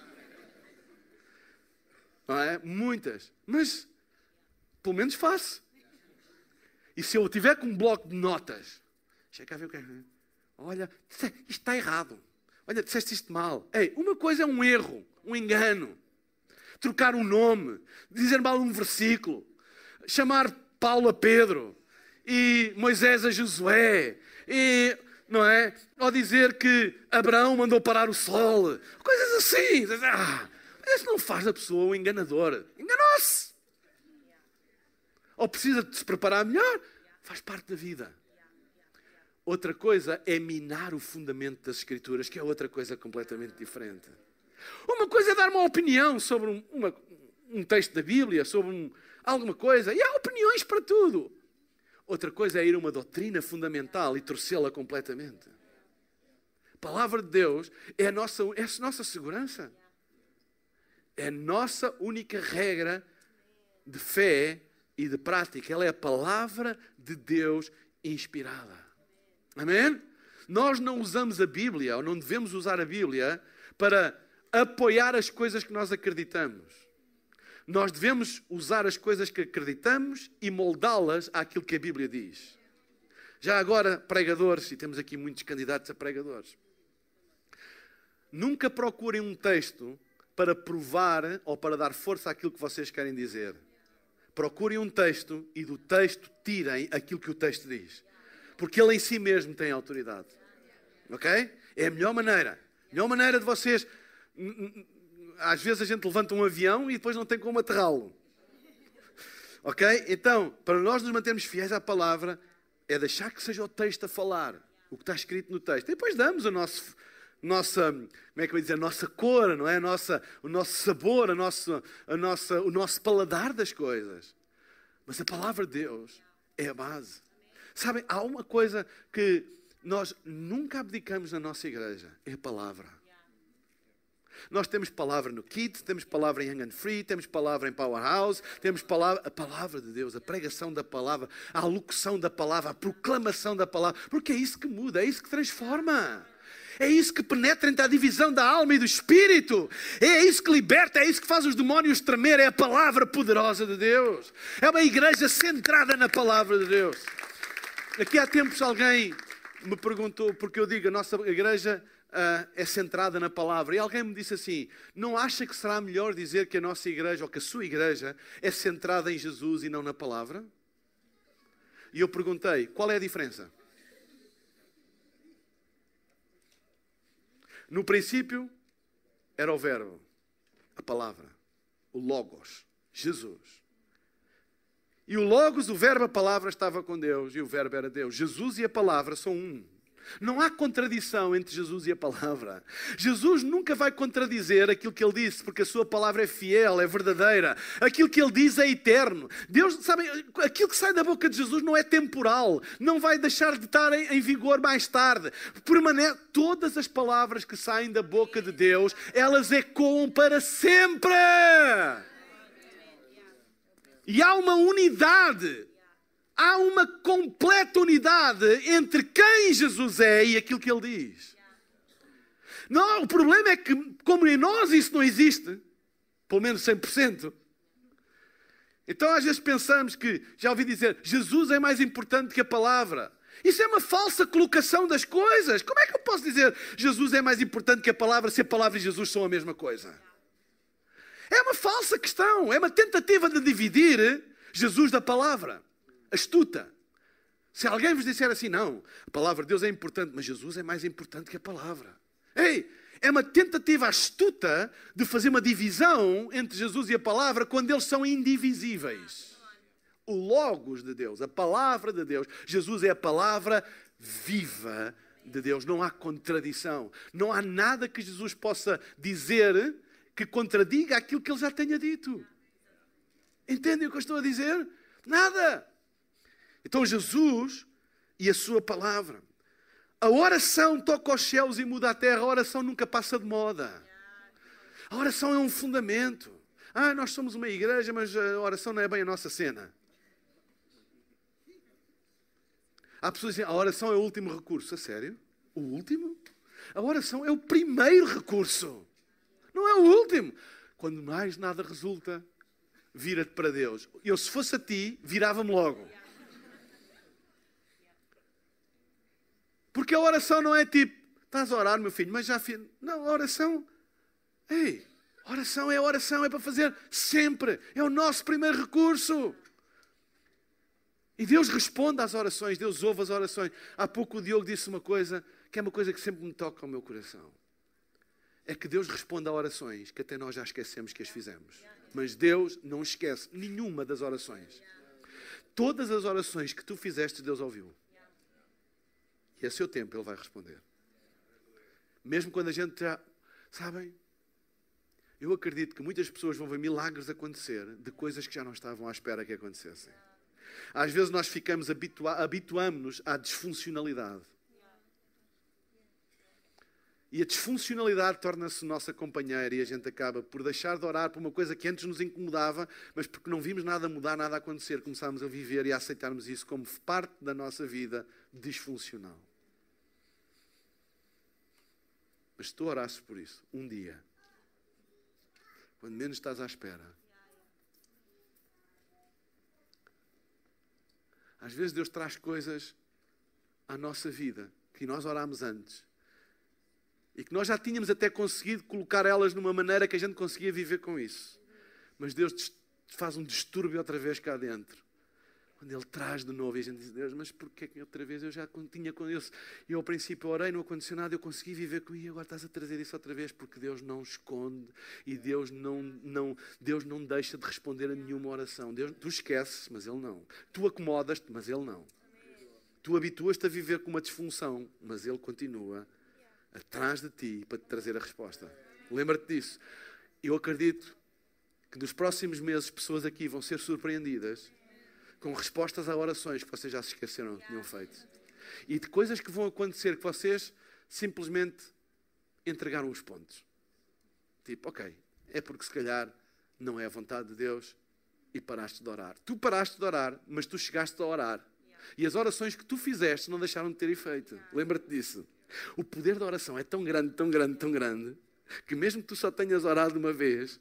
Não é? Muitas. Mas, pelo menos faço. E se eu tiver com um bloco de notas, chega a ver o que é. Olha, isto está errado. Olha, disseste isto mal. Ei, uma coisa é um erro, um engano. Trocar um nome, dizer mal um versículo, chamar Paulo a Pedro e Moisés a Josué, e, não é? Ou dizer que Abraão mandou parar o sol. Coisas assim. Ah, isso não faz da pessoa um enganador. Enganou-se. Ou precisa de se preparar melhor. Faz parte da vida. Outra coisa é minar o fundamento das Escrituras, que é outra coisa completamente diferente. Uma coisa é dar uma opinião sobre um, uma, um texto da Bíblia, sobre um, alguma coisa. E há opiniões para tudo. Outra coisa é ir a uma doutrina fundamental e torcê-la completamente. A palavra de Deus é a nossa, é a nossa segurança. É a nossa única regra de fé e de prática. Ela é a palavra de Deus inspirada. Amém? Nós não usamos a Bíblia, ou não devemos usar a Bíblia, para apoiar as coisas que nós acreditamos. Nós devemos usar as coisas que acreditamos e moldá-las àquilo que a Bíblia diz. Já agora, pregadores, e temos aqui muitos candidatos a pregadores, nunca procurem um texto para provar ou para dar força àquilo que vocês querem dizer. Procurem um texto e do texto tirem aquilo que o texto diz. Porque ele em si mesmo tem autoridade. Ok? É a melhor maneira. A melhor maneira de vocês... Às vezes a gente levanta um avião e depois não tem como aterrá-lo. Ok? Então, para nós nos mantermos fiéis à palavra, é deixar que seja o texto a falar. O que está escrito no texto. E depois damos a nosso... Nossa, como é que eu ia dizer, a nossa cor, não é? A nossa, o nosso sabor, a nossa, a nossa, o nosso paladar das coisas. Mas a palavra de Deus é a base. Sabem, há uma coisa que nós nunca abdicamos na nossa igreja, é a palavra. Nós temos palavra no Kids, temos palavra em Young and Free, temos palavra em Powerhouse, temos palavra, a palavra de Deus, a pregação da palavra, a alocução da palavra, a proclamação da palavra, porque é isso que muda, é isso que transforma. É isso que penetra entre a divisão da alma e do espírito. É isso que liberta, é isso que faz os demónios tremer. É a palavra poderosa de Deus. É uma igreja centrada na palavra de Deus. Aqui há tempos alguém me perguntou, porque eu digo, a nossa igreja uh, é centrada na palavra. E alguém me disse assim, não acha que será melhor dizer que a nossa igreja, ou que a sua igreja, é centrada em Jesus e não na palavra? E eu perguntei, qual é a diferença? No princípio, era o verbo, a palavra, o Logos, Jesus. E o Logos, o verbo, a palavra, estava com Deus e o verbo era Deus. Jesus e a palavra são um. Não há contradição entre Jesus e a palavra. Jesus nunca vai contradizer aquilo que ele disse, porque a sua palavra é fiel, é verdadeira. Aquilo que ele diz é eterno. Deus, sabem, aquilo que sai da boca de Jesus não é temporal. Não vai deixar de estar em, em vigor mais tarde. Permanece, todas as palavras que saem da boca de Deus, elas ecoam para sempre. E há uma unidade. Há uma completa unidade entre quem Jesus é e aquilo que ele diz. Não, o problema é que, como em nós isso não existe, pelo menos cem por cento, então às vezes pensamos que, já ouvi dizer, Jesus é mais importante que a palavra. Isso é uma falsa colocação das coisas. Como é que eu posso dizer Jesus é mais importante que a palavra se a palavra e Jesus são a mesma coisa? É uma falsa questão, é uma tentativa de dividir Jesus da palavra. Astuta. Se alguém vos disser assim, não, a palavra de Deus é importante, mas Jesus é mais importante que a palavra. Ei, é uma tentativa astuta de fazer uma divisão entre Jesus e a palavra quando eles são indivisíveis. O Logos de Deus, a palavra de Deus, Jesus é a palavra viva de Deus. Não há contradição. Não há nada que Jesus possa dizer que contradiga aquilo que ele já tenha dito. Entendem o que eu estou a dizer? Nada. Então Jesus e a sua palavra. A oração toca aos céus e muda a terra. A oração nunca passa de moda. A oração é um fundamento. Ah, nós somos uma igreja, mas a oração não é bem a nossa cena. Há pessoas que dizem, a oração é o último recurso. A sério? O último? A oração é o primeiro recurso. Não é o último. Quando mais nada resulta, vira-te para Deus. Eu, se fosse a ti, virava-me logo. Porque a oração não é tipo, estás a orar, meu filho, mas já fiz. Não, a oração, ei, a oração é a oração, é para fazer sempre. É o nosso primeiro recurso. E Deus responde às orações, Deus ouve as orações. Há pouco o Diogo disse uma coisa, que é uma coisa que sempre me toca ao meu coração. É que Deus responde a orações que até nós já esquecemos que as fizemos. Mas Deus não esquece nenhuma das orações. Todas as orações que tu fizeste, Deus ouviu. E a seu tempo Ele vai responder. Mesmo quando a gente já... Sabem? Eu acredito que muitas pessoas vão ver milagres acontecer de coisas que já não estavam à espera que acontecessem. Às vezes nós ficamos habitua... habituamos-nos à disfuncionalidade. E a disfuncionalidade torna-se nossa companheira e a gente acaba por deixar de orar por uma coisa que antes nos incomodava, mas porque não vimos nada mudar, nada acontecer, começámos a viver e a aceitarmos isso como parte da nossa vida disfuncional. Mas se tu orasses por isso, um dia, quando menos estás à espera, às vezes Deus traz coisas à nossa vida que nós orámos antes e que nós já tínhamos até conseguido colocar elas numa maneira que a gente conseguia viver com isso. Mas Deus faz um distúrbio outra vez cá dentro. Quando Ele traz de novo e a gente diz, Deus, mas porquê que outra vez eu já tinha com Deus? Eu ao princípio orei, não aconteceu nada, eu consegui viver com isso e agora estás a trazer isso outra vez, porque Deus não esconde e Deus não, não, Deus não deixa de responder a nenhuma oração. Deus, tu esqueces, mas Ele não. Tu acomodas-te, mas Ele não. Tu habituas-te a viver com uma disfunção, mas Ele continua atrás de ti para te trazer a resposta. Lembra-te disso. Eu acredito que nos próximos meses pessoas aqui vão ser surpreendidas com respostas a orações que vocês já se esqueceram que tinham feito. E de coisas que vão acontecer que vocês simplesmente entregaram os pontos. Tipo, ok, é porque se calhar não é a vontade de Deus e paraste de orar. Tu paraste de orar, mas tu chegaste a orar. E as orações que tu fizeste não deixaram de ter efeito. Lembra-te disso. O poder da oração é tão grande, tão grande, tão grande, que mesmo que tu só tenhas orado uma vez,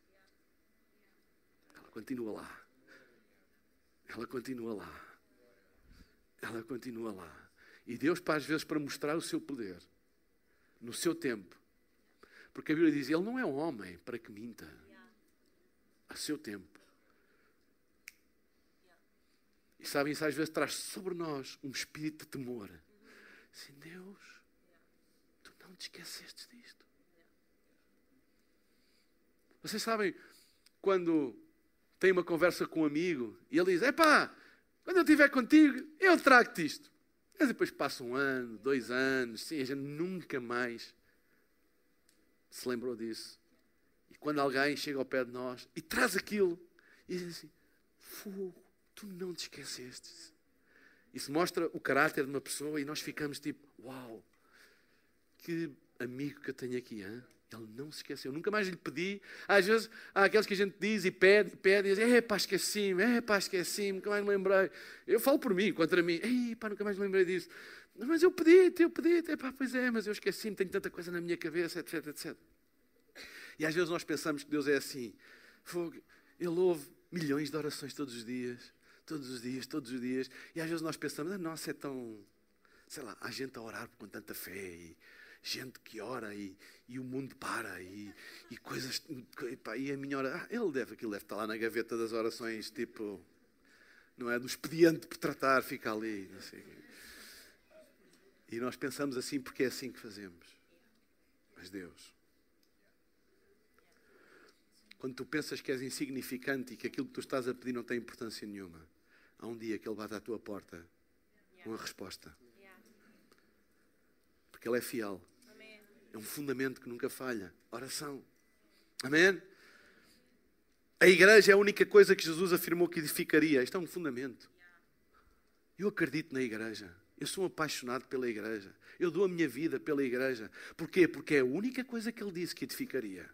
ela continua lá. Ela continua lá. Ela continua lá. E Deus, às vezes, para mostrar o seu poder, no seu tempo, porque a Bíblia diz, Ele não é um homem para que minta. A seu tempo. E sabem, isso às vezes traz sobre nós um espírito de temor. Assim, Deus, tu não te esqueceste disto. Vocês sabem, quando tem uma conversa com um amigo e ele diz, epá, quando eu estiver contigo, eu trago-te isto. Mas depois passa um ano, dois anos, sim, a gente nunca mais se lembrou disso. E quando alguém chega ao pé de nós e traz aquilo, e diz assim, fogo, tu não te esqueceste. Isso mostra o caráter de uma pessoa e nós ficamos tipo, uau, que amigo que eu tenho aqui, hein? Ele não se esqueceu, nunca mais lhe pedi. Às vezes há aqueles que a gente diz e pede, e pede, e diz, é pá, esqueci-me, é pá, esqueci-me, nunca mais me lembrei. Eu falo por mim, contra mim, ei pá, nunca mais me lembrei disso. Mas eu pedi-te, eu pedi-te, é pá, pois é, mas eu esqueci-me, tenho tanta coisa na minha cabeça, etc, etcétera. E às vezes nós pensamos que Deus é assim, Ele ouve milhões de orações todos os dias, todos os dias, todos os dias, e às vezes nós pensamos, ah, nossa, é tão, sei lá, há gente a orar com tanta fé, e gente que ora, e, e o mundo para, e, e coisas, e, pá, e a minha oração, ah, ele deve, aquilo deve estar lá na gaveta das orações, tipo, não é, do expediente por tratar, fica ali, não sei. E nós pensamos assim porque é assim que fazemos. Mas Deus, quando tu pensas que és insignificante e que aquilo que tu estás a pedir não tem importância nenhuma, há um dia que Ele bate à tua porta com a resposta. Porque Ele é fiel. É um fundamento que nunca falha. Oração. Amém? A igreja é a única coisa que Jesus afirmou que edificaria. Isto é um fundamento. Eu acredito na igreja. Eu sou um apaixonado pela igreja. Eu dou a minha vida pela igreja. Porquê? Porque é a única coisa que ele disse que edificaria.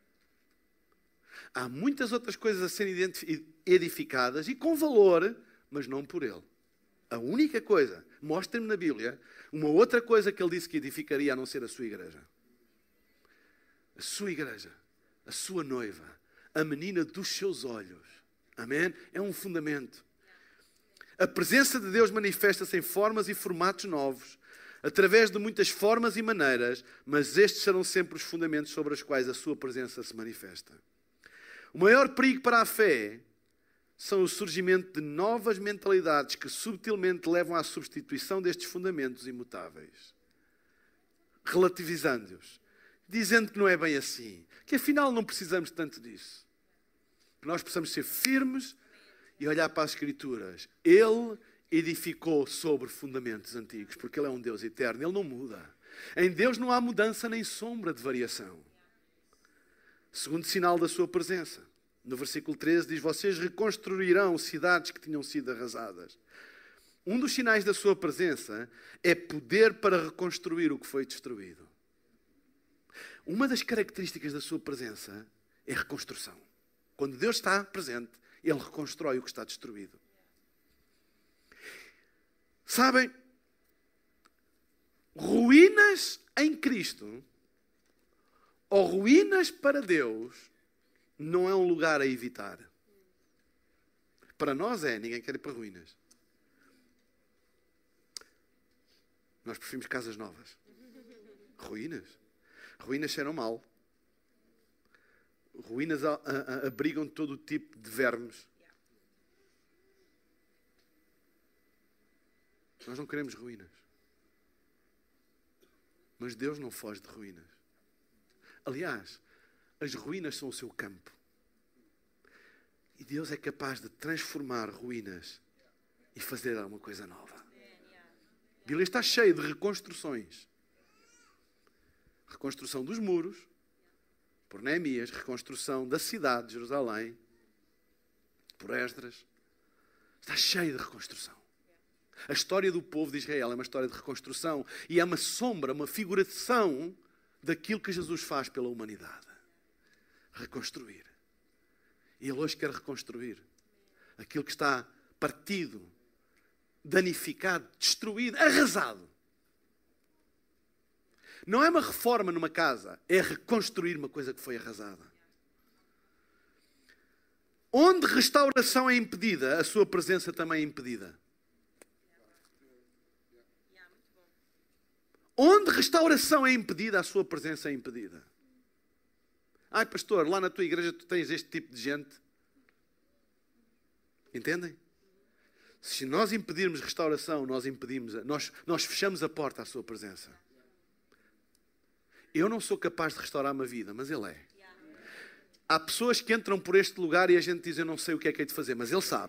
Há muitas outras coisas a serem edificadas e com valor, mas não por ele. A única coisa, mostre-me na Bíblia, uma outra coisa que ele disse que edificaria a não ser a sua igreja. A sua igreja, a sua noiva, a menina dos seus olhos. Amém? É um fundamento. A presença de Deus manifesta-se em formas e formatos novos, através de muitas formas e maneiras, mas estes serão sempre os fundamentos sobre os quais a sua presença se manifesta. O maior perigo para a fé são o surgimento de novas mentalidades que subtilmente levam à substituição destes fundamentos imutáveis, relativizando-os, dizendo que não é bem assim, que afinal não precisamos tanto disso. Que nós precisamos ser firmes e olhar para as Escrituras. Ele edificou sobre fundamentos antigos, porque Ele é um Deus eterno, Ele não muda. Em Deus não há mudança nem sombra de variação. Segundo sinal da sua presença. No versículo treze diz, vocês reconstruirão cidades que tinham sido arrasadas. Um dos sinais da sua presença é poder para reconstruir o que foi destruído. Uma das características da sua presença é reconstrução. Quando Deus está presente, Ele reconstrói o que está destruído. Sabem, ruínas em Cristo ou ruínas para Deus não é um lugar a evitar. Para nós é, ninguém quer ir para ruínas. Nós preferimos casas novas. Ruínas? Ruínas cheiram mal. Ruínas a, a, a, abrigam todo o tipo de vermes. Nós não queremos ruínas. Mas Deus não foge de ruínas. Aliás, as ruínas são o seu campo. E Deus é capaz de transformar ruínas e fazer alguma coisa nova. A Bíblia está cheia de reconstruções. Reconstrução dos muros, por Neemias, reconstrução da cidade de Jerusalém, por Esdras. Está cheia de reconstrução. A história do povo de Israel é uma história de reconstrução e é uma sombra, uma figuração daquilo que Jesus faz pela humanidade. Reconstruir. E Ele hoje quer reconstruir aquilo que está partido, danificado, destruído, arrasado. Não é uma reforma numa casa, é reconstruir uma coisa que foi arrasada. Onde restauração é impedida, a sua presença também é impedida. Onde restauração é impedida, a sua presença é impedida. Ai, pastor, lá na tua igreja tu tens este tipo de gente. Entendem? Se nós impedirmos restauração, nós impedimos, nós, nós fechamos a porta à sua presença. Eu não sou capaz de restaurar uma vida, mas Ele é. Há pessoas que entram por este lugar e a gente diz, eu não sei o que é que hei de fazer, mas Ele sabe.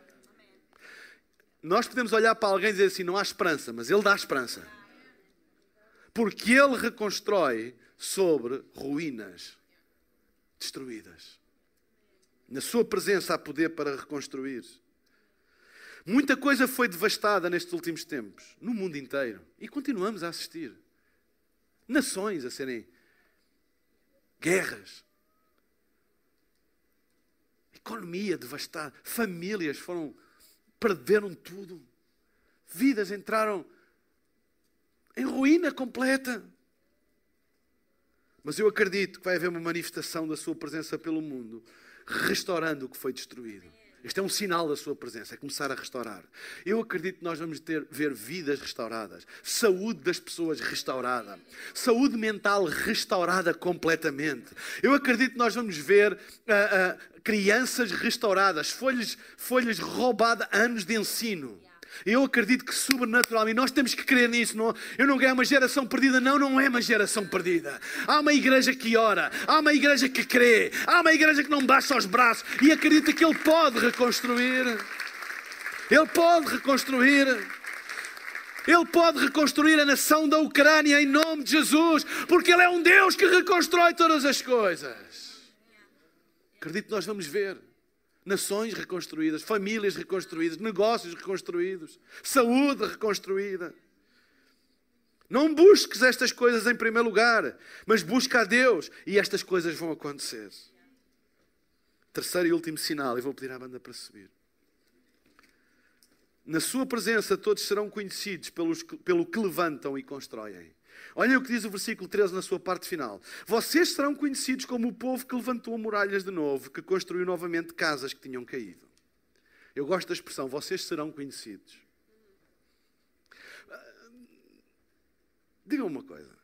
Nós podemos olhar para alguém e dizer assim, não há esperança, mas Ele dá esperança. Porque Ele reconstrói sobre ruínas destruídas. Na sua presença há poder para reconstruir. Muita coisa foi devastada nestes últimos tempos, no mundo inteiro. E continuamos a assistir. Nações a serem guerras. Economia devastada. Famílias foram, perderam tudo. Vidas entraram em ruína completa. Mas eu acredito que vai haver uma manifestação da sua presença pelo mundo, restaurando o que foi destruído. Este é um sinal da sua presença, é começar a restaurar. Eu acredito que nós vamos ter, ver vidas restauradas, saúde das pessoas restaurada, saúde mental restaurada completamente. Eu acredito que nós vamos ver uh, uh, crianças restauradas, folhas, folhas roubadas, anos de ensino. Eu acredito que sobrenaturalmente, nós temos que crer nisso. Não, eu não ganho uma geração perdida. Não, não é uma geração perdida. Há uma igreja que ora, há uma igreja que crê, há uma igreja que não baixa os braços e acredita que Ele pode reconstruir. Ele pode reconstruir. Ele pode reconstruir a nação da Ucrânia em nome de Jesus, porque Ele é um Deus que reconstrói todas as coisas. Acredito que nós vamos ver nações reconstruídas, famílias reconstruídas, negócios reconstruídos, saúde reconstruída. Não busques estas coisas em primeiro lugar, mas busca a Deus e estas coisas vão acontecer. Terceiro e último sinal, e vou pedir à banda para subir. Na sua presença todos serão conhecidos pelos, pelo que levantam e constroem. Olhem o que diz o versículo treze na sua parte final. Vocês serão conhecidos como o povo que levantou muralhas de novo, que construiu novamente casas que tinham caído. Eu gosto da expressão, vocês serão conhecidos. Digam uma coisa.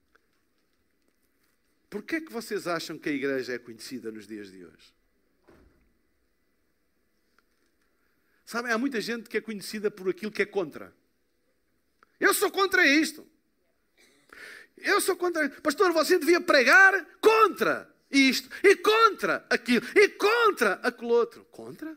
Porquê é que vocês acham que a igreja é conhecida nos dias de hoje? Sabem, há muita gente que é conhecida por aquilo que é contra. Eu sou contra isto. Eu sou contra... Pastor, você devia pregar contra isto. E contra aquilo. E contra aquele outro. Contra?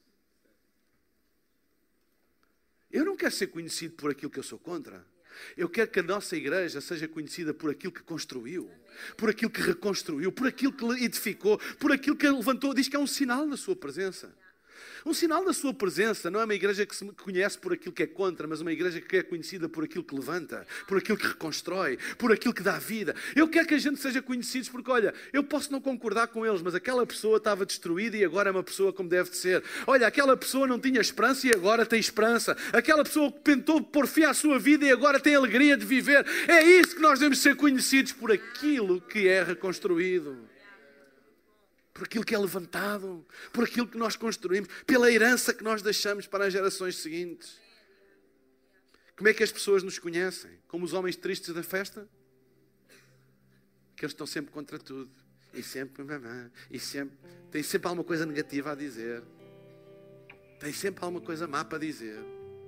Eu não quero ser conhecido por aquilo que eu sou contra. Eu quero que a nossa igreja seja conhecida por aquilo que construiu, por aquilo que reconstruiu, por aquilo que edificou, por aquilo que levantou. Diz que é um sinal da sua presença. Um sinal da sua presença não é uma igreja que se conhece por aquilo que é contra, mas uma igreja que é conhecida por aquilo que levanta, por aquilo que reconstrói, por aquilo que dá vida. Eu quero que a gente seja conhecidos porque, olha, eu posso não concordar com eles, mas aquela pessoa estava destruída e agora é uma pessoa como deve de ser. Olha, aquela pessoa não tinha esperança e agora tem esperança. Aquela pessoa que tentou pôr fim à sua vida e agora tem alegria de viver. É isso que nós devemos ser conhecidos, por aquilo que é reconstruído. Por aquilo que é levantado, por aquilo que nós construímos, pela herança que nós deixamos para as gerações seguintes. Como é que as pessoas nos conhecem? Como os homens tristes da festa? Que eles estão sempre contra tudo. E sempre, e sempre, tem sempre alguma coisa negativa a dizer. Tem sempre alguma coisa má para dizer.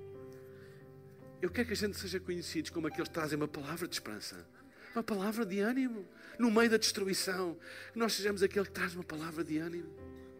Eu quero que a gente seja conhecidos como aqueles que trazem uma palavra de esperança. Uma palavra de ânimo. No meio da destruição. Que nós sejamos aquele que traz uma palavra de ânimo.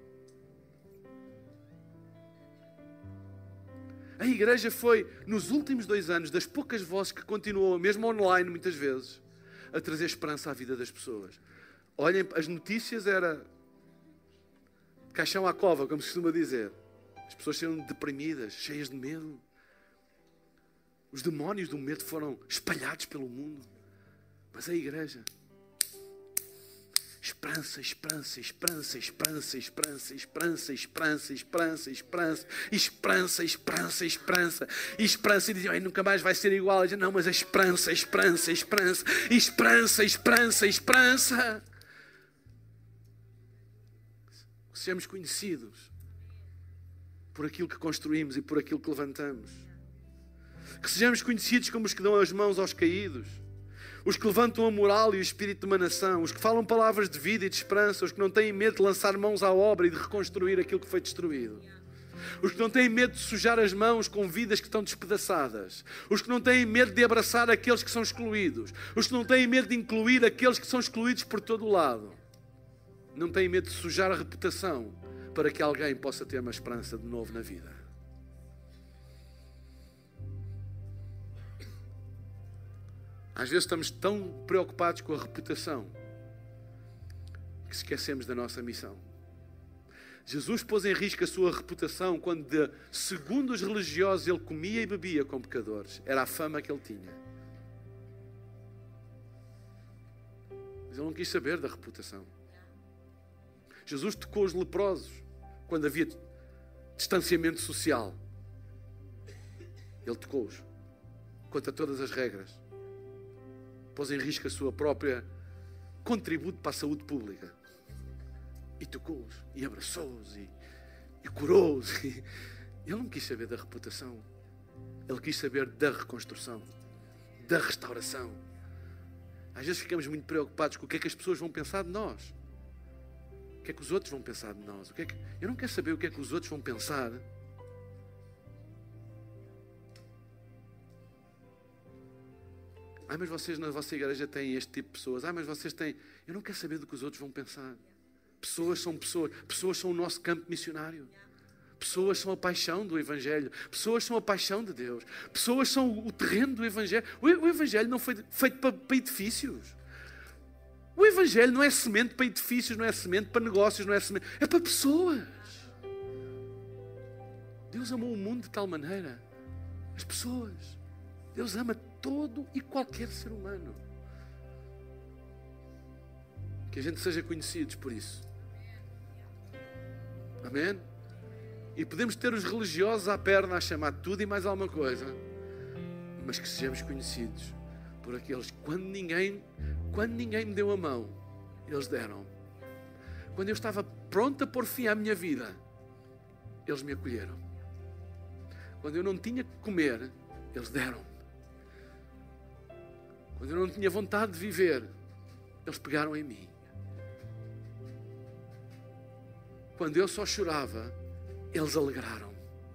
A igreja foi, nos últimos dois anos, das poucas vozes que continuou, mesmo online muitas vezes, a trazer esperança à vida das pessoas. Olhem, as notícias era caixão à cova, como se costuma dizer. As pessoas saíram deprimidas, cheias de medo. Os demónios do medo foram espalhados pelo mundo. Mas a igreja, esperança, esperança, esperança, esperança, esperança, esperança, esperança, esperança, esperança, esperança, esperança, esperança, esperança, e diziam, nunca mais vai ser igual. Não, mas a esperança, esperança, esperança, esperança, esperança, esperança. Sejamos conhecidos por aquilo que construímos e por aquilo que levantamos. Que sejamos conhecidos como os que dão as mãos aos caídos. Os que levantam a moral e o espírito de uma nação, os que falam palavras de vida e de esperança, os que não têm medo de lançar mãos à obra e de reconstruir aquilo que foi destruído. Os que não têm medo de sujar as mãos com vidas que estão despedaçadas. Os que não têm medo de abraçar aqueles que são excluídos. Os que não têm medo de incluir aqueles que são excluídos por todo o lado. Não têm medo de sujar a reputação para que alguém possa ter uma esperança de novo na vida. Às vezes estamos tão preocupados com a reputação que esquecemos da nossa missão. Jesus pôs em risco a sua reputação quando, de, segundo os religiosos, ele comia e bebia com pecadores. Era a fama que ele tinha. Mas ele não quis saber da reputação. Jesus tocou os leprosos quando havia distanciamento social. Ele tocou-os contra todas as regras. Pôs em risco a sua própria contributo para a saúde pública. E tocou-os, e abraçou-os, e, e curou-os. E... Ele não quis saber da reputação. Ele quis saber da reconstrução, da restauração. Às vezes ficamos muito preocupados com o que é que as pessoas vão pensar de nós. O que é que os outros vão pensar de nós? O que é que... Eu não quero saber o que é que os outros vão pensar. Ah, mas vocês na vossa igreja têm este tipo de pessoas. Ah, mas vocês têm... Eu não quero saber do que os outros vão pensar. Pessoas são pessoas. Pessoas são o nosso campo missionário. Pessoas são a paixão do Evangelho. Pessoas são a paixão de Deus. Pessoas são o terreno do Evangelho. O Evangelho não foi feito para, para edifícios. O Evangelho não é semente para edifícios, não é semente para negócios, não é semente... É para pessoas. Deus amou o mundo de tal maneira. As pessoas. Deus ama todo e qualquer ser humano. Que a gente seja conhecidos por isso. Amém? E podemos ter os religiosos à perna a chamar tudo e mais alguma coisa. Mas que sejamos conhecidos por aqueles que quando ninguém, quando ninguém me deu a mão, eles deram. Quando eu estava pronto a pôr fim à minha vida, eles me acolheram. Quando eu não tinha que comer, eles deram. Quando eu não tinha vontade de viver, eles pegaram em mim. Quando eu só chorava, eles alegraram.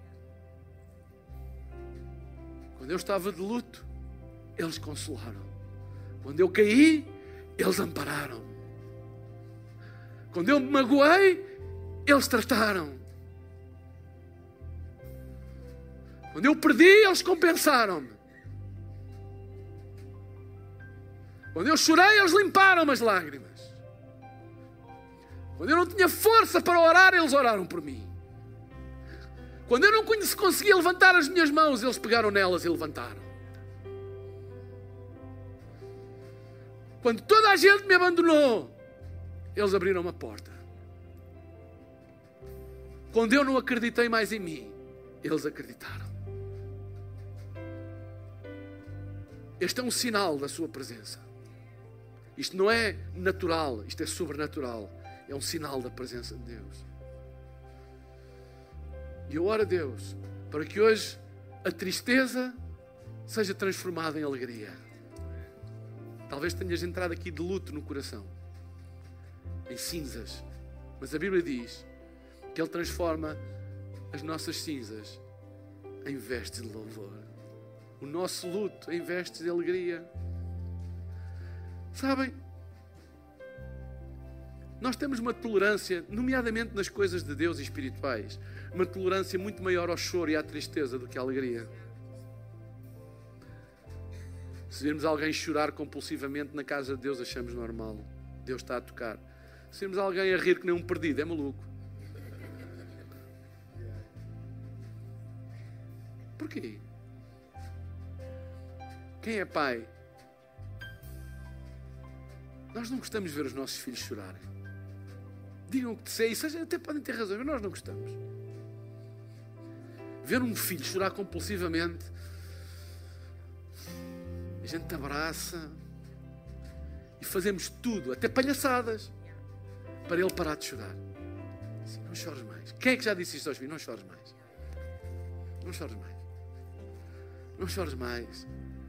Quando eu estava de luto, eles consolaram. Quando eu caí, eles ampararam. Quando eu me magoei, eles trataram. Quando eu perdi, eles compensaram-me. Quando eu chorei, eles limparam as lágrimas. Quando eu não tinha força para orar, eles oraram por mim. Quando eu não conseguia levantar as minhas mãos, eles pegaram nelas e levantaram. Quando toda a gente me abandonou, eles abriram uma porta. Quando eu não acreditei mais em mim, eles acreditaram. Este é um sinal da sua presença. Isto não é natural, isto é sobrenatural. É um sinal da presença de Deus. E eu oro a Deus para que hoje a tristeza seja transformada em alegria. Talvez tenhas entrado aqui de luto no coração, em cinzas. Mas a Bíblia diz que Ele transforma as nossas cinzas em vestes de louvor. O nosso luto em vestes de alegria. Sabem? Nós temos uma tolerância, nomeadamente nas coisas de Deus e espirituais, uma tolerância muito maior ao choro e à tristeza do que à alegria. Se virmos alguém chorar compulsivamente na casa de Deus, achamos normal. Deus está a tocar. Se virmos alguém a rir que nem um perdido, é maluco. Porquê? Quem é pai? Nós não gostamos de ver os nossos filhos chorarem. Digam o que disser, e seja, até podem ter razão, mas nós não gostamos. Ver um filho chorar compulsivamente, a gente abraça e fazemos tudo, até palhaçadas, para ele parar de chorar. Assim, não chores mais. Quem é que já disse isto aos filhos? Não chores mais. Não chores mais. Não chores mais.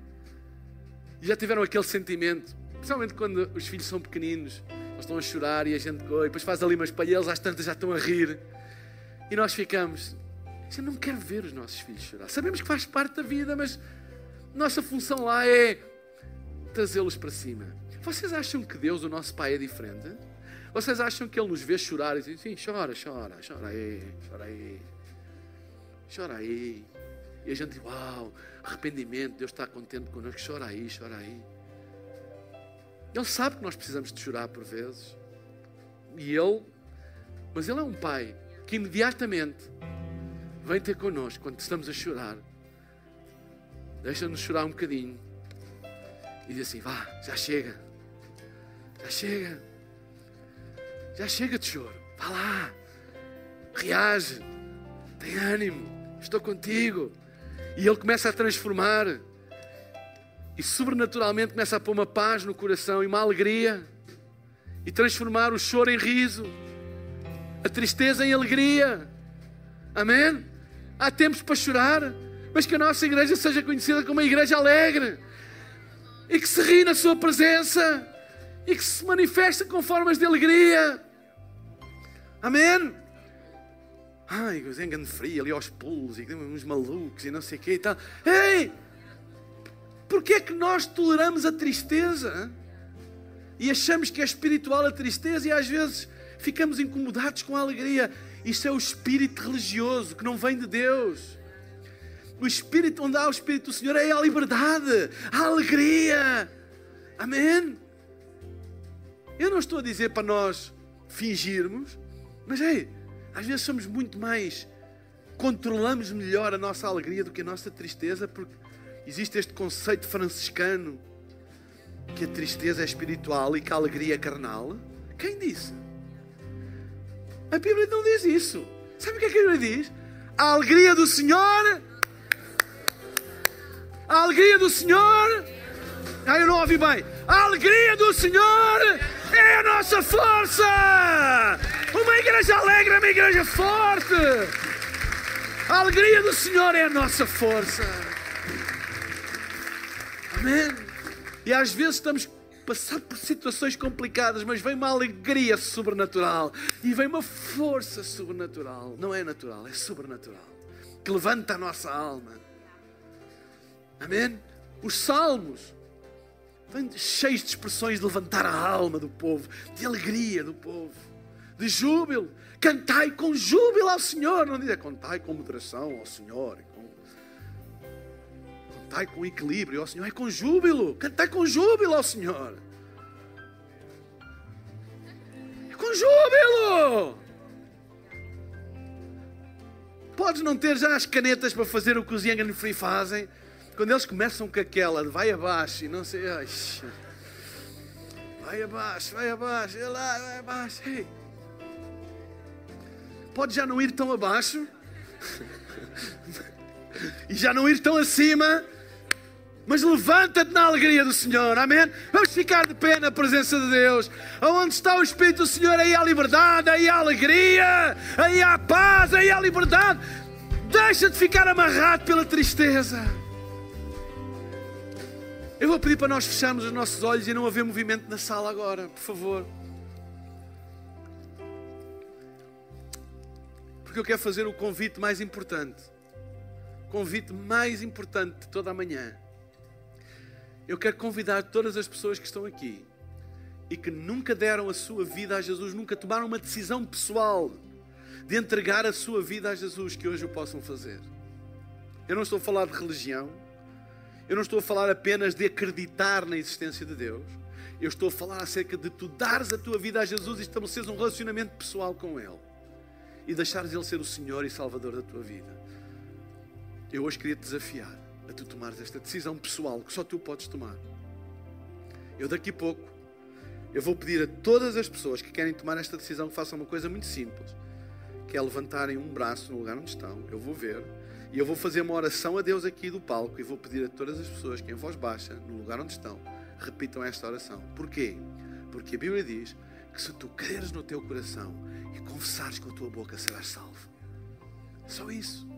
E já tiveram aquele sentimento, principalmente quando os filhos são pequeninos, eles estão a chorar e a gente coi, depois faz ali umas palheiras, às tantas já estão a rir. E nós ficamos, a gente não quer ver os nossos filhos chorar. Sabemos que faz parte da vida, mas nossa função lá é trazê-los para cima. Vocês acham que Deus, o nosso Pai, é diferente? Vocês acham que Ele nos vê chorar e diz, sim, chora, chora, chora aí, chora aí, chora aí. E a gente diz, uau, arrependimento, Deus está contente connosco, chora aí, chora aí. Ele sabe que nós precisamos de chorar por vezes. E Ele, mas Ele é um Pai que imediatamente vem ter connosco quando estamos a chorar. Deixa-nos chorar um bocadinho. E diz assim, vá, já chega. Já chega. Já chega de choro. Vá lá. Reage. Tem ânimo. Estou contigo. E Ele começa a transformar. E sobrenaturalmente começa a pôr uma paz no coração e uma alegria. E transformar o choro em riso. A tristeza em alegria. Amém? Há tempos para chorar. Mas que a nossa igreja seja conhecida como uma igreja alegre. E que se ri na sua presença. E que se manifesta com formas de alegria. Amém? Ai, os engano frio ali aos pulos. E uns malucos e não sei o quê e tal. Ei! Porquê é que nós toleramos a tristeza? E achamos que é espiritual a tristeza e às vezes ficamos incomodados com a alegria. Isso é o espírito religioso que não vem de Deus. O espírito, onde há o Espírito do Senhor, é a liberdade, a alegria. Amém? Eu não estou a dizer para nós fingirmos, mas ei, às vezes somos muito mais, controlamos melhor a nossa alegria do que a nossa tristeza, porque existe este conceito franciscano que a tristeza é espiritual e que a alegria é carnal. Quem disse? A Bíblia não diz isso. Sabe o que é que a Bíblia diz? A alegria do Senhor, a alegria do Senhor, ah, eu não ouvi bem. A alegria do Senhor é a nossa força. Uma igreja alegre é uma igreja forte. A alegria do Senhor é a nossa força. Amém? E às vezes estamos a passar por situações complicadas, mas vem uma alegria sobrenatural e vem uma força sobrenatural. Não é natural, é sobrenatural, que levanta a nossa alma. Amém? Os salmos vêm cheios de expressões de levantar a alma do povo, de alegria do povo, de júbilo. Cantai com júbilo ao Senhor. Não diz, cantai com moderação ao Senhor, com... cantai com equilíbrio ao Senhor. É com júbilo. Cantai com júbilo ao Senhor. É com júbilo. Podes não ter já as canetas para fazer o que os Young and Free fazem. Quando eles começam com aquela de vai abaixo e não sei... Ai, vai abaixo, vai abaixo, vai lá, vai abaixo. Ei. Pode já não ir tão abaixo e já não ir tão acima, mas levanta-te na alegria do Senhor, amém? Vamos ficar de pé na presença de Deus. Aonde está o Espírito do Senhor, aí há liberdade, aí há alegria, aí há paz, aí há liberdade. Deixa de ficar amarrado pela tristeza. Eu vou pedir para nós fecharmos os nossos olhos e não haver movimento na sala agora, por favor. Porque eu quero fazer o convite mais importante. O convite mais importante de toda a manhã. Eu quero convidar todas as pessoas que estão aqui e que nunca deram a sua vida a Jesus, nunca tomaram uma decisão pessoal de entregar a sua vida a Jesus, que hoje o possam fazer. Eu não estou a falar de religião. Eu não estou a falar apenas de acreditar na existência de Deus. Eu estou a falar acerca de tu dares a tua vida a Jesus e estabeleceres um relacionamento pessoal com Ele. E deixares Ele ser o Senhor e Salvador da tua vida. Eu hoje queria te desafiar a tu tomares esta decisão pessoal que só tu podes tomar. Eu daqui a pouco, eu vou pedir a todas as pessoas que querem tomar esta decisão que façam uma coisa muito simples. Que é levantarem um braço no lugar onde estão. Eu vou ver. E eu vou fazer uma oração a Deus aqui do palco e vou pedir a todas as pessoas que em voz baixa, no lugar onde estão, repitam esta oração. Porquê? Porque a Bíblia diz que se tu creres no teu coração e confessares com a tua boca, serás salvo. Só isso.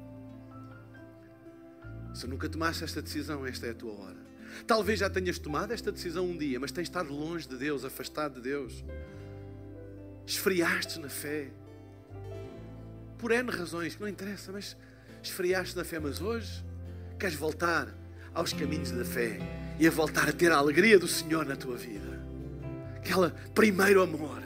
Se nunca tomaste esta decisão, esta é a tua hora. Talvez já tenhas tomado esta decisão um dia, mas tens estado longe de Deus, afastado de Deus. Esfriaste na fé. Por N razões, que não interessa, mas... esfriaste na fé, mas hoje queres voltar aos caminhos da fé e a voltar a ter a alegria do Senhor na tua vida. Aquele primeiro amor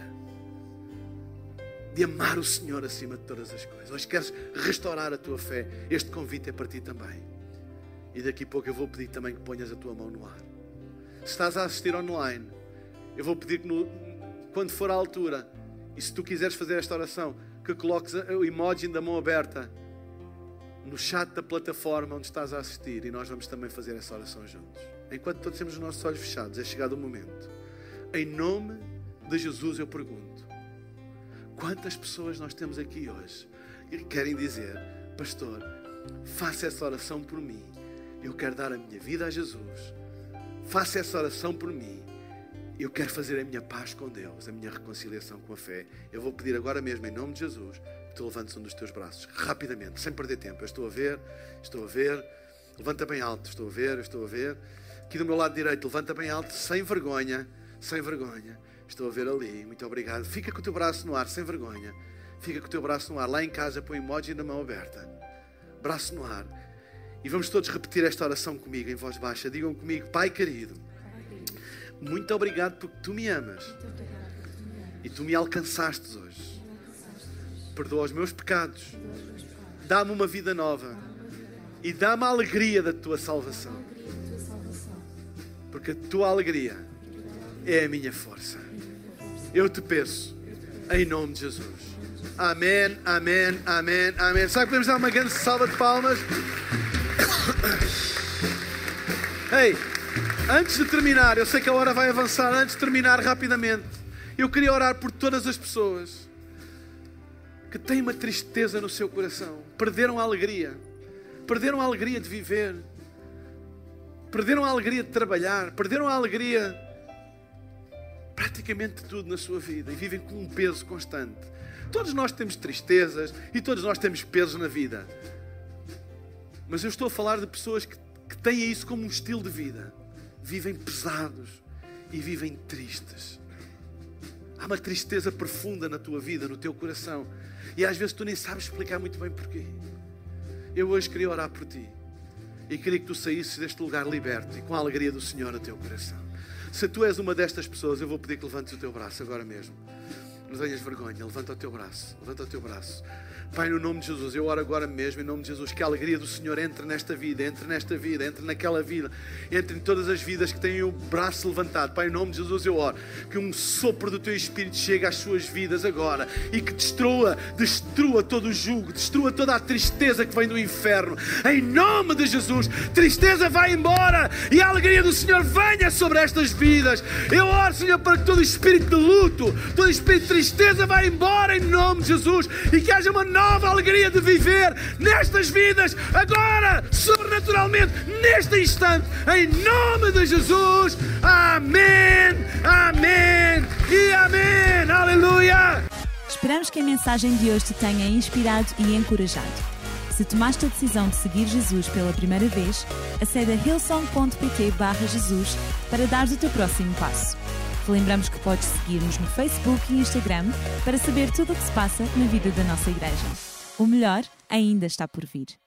de amar o Senhor acima de todas as coisas. Hoje queres restaurar a tua fé. Este convite é para ti também. E daqui a pouco eu vou pedir também que ponhas a tua mão no ar. Se estás a assistir online, eu vou pedir que no, quando for a altura, e se tu quiseres fazer esta oração, que coloques o emoji da mão aberta no chat da plataforma onde estás a assistir, e nós vamos também fazer essa oração juntos. Enquanto todos temos os nossos olhos fechados, é chegado o momento. Em nome de Jesus eu pergunto, quantas pessoas nós temos aqui hoje que querem dizer, pastor, faça essa oração por mim, eu quero dar a minha vida a Jesus, faça essa oração por mim, eu quero fazer a minha paz com Deus, a minha reconciliação com a fé. Eu vou pedir agora mesmo, em nome de Jesus, que tu levantes um dos teus braços, rapidamente, sem perder tempo. Eu estou a ver, estou a ver, levanta bem alto, estou a ver, estou a ver. Aqui do meu lado direito, levanta bem alto, sem vergonha, sem vergonha. Estou a ver ali, muito obrigado. Fica com o teu braço no ar, sem vergonha. Fica com o teu braço no ar. Lá em casa, põe o emoji na mão aberta. Braço no ar. E vamos todos repetir esta oração comigo, em voz baixa. Digam comigo, Pai querido, muito obrigado porque tu me amas. E tu me alcançaste hoje. Perdoa os meus pecados. Dá-me uma vida nova. E dá-me a alegria da tua salvação. Porque a tua alegria é a minha força. eu te peço, em nome de Jesus. Amém, amém, amém, amém. Sabe que podemos dar uma grande salva de palmas? Ei, antes de terminar, eu sei que a hora vai avançar, antes de terminar rapidamente, eu queria orar por todas as pessoas que têm uma tristeza no seu coração, perderam a alegria, perderam a alegria de viver, perderam a alegria de trabalhar, perderam a alegria praticamente de tudo na sua vida e vivem com um peso constante. Todos nós temos tristezas e todos nós temos pesos na vida, mas eu estou a falar de pessoas que, que têm isso como um estilo de vida, vivem pesados e vivem tristes. Há uma tristeza profunda na tua vida, no teu coração, e às vezes tu nem sabes explicar muito bem porquê. Eu hoje queria orar por ti e queria que tu saísses deste lugar liberto e com a alegria do Senhor no teu coração. Se tu és uma destas pessoas, eu vou pedir que levantes o teu braço agora mesmo. Não tenhas vergonha, levanta o teu braço, levanta o teu braço. Pai, no nome de Jesus, eu oro agora mesmo, em nome de Jesus, que a alegria do Senhor entre nesta vida, entre nesta vida, entre naquela vida, entre em todas as vidas que têm o braço levantado. Pai, em nome de Jesus, eu oro que um sopro do Teu Espírito chegue às suas vidas agora e que destrua, destrua todo o jugo, destrua toda a tristeza que vem do inferno. Em nome de Jesus, tristeza vai embora e a alegria do Senhor venha sobre estas vidas. Eu oro, Senhor, para que todo o espírito de luto, todo o espírito de tristeza vá embora em nome de Jesus e que haja uma nova nova alegria de viver nestas vidas, agora, sobrenaturalmente, neste instante, em nome de Jesus. Amém, amém e amém. Aleluia. Esperamos que a mensagem de hoje te tenha inspirado e encorajado. Se tomaste a decisão de seguir Jesus pela primeira vez, acede a hillsong ponto pt barra Jesus para dar o teu próximo passo. Te lembramos que podes seguir-nos no Facebook e Instagram para saber tudo o que se passa na vida da nossa igreja. O melhor ainda está por vir.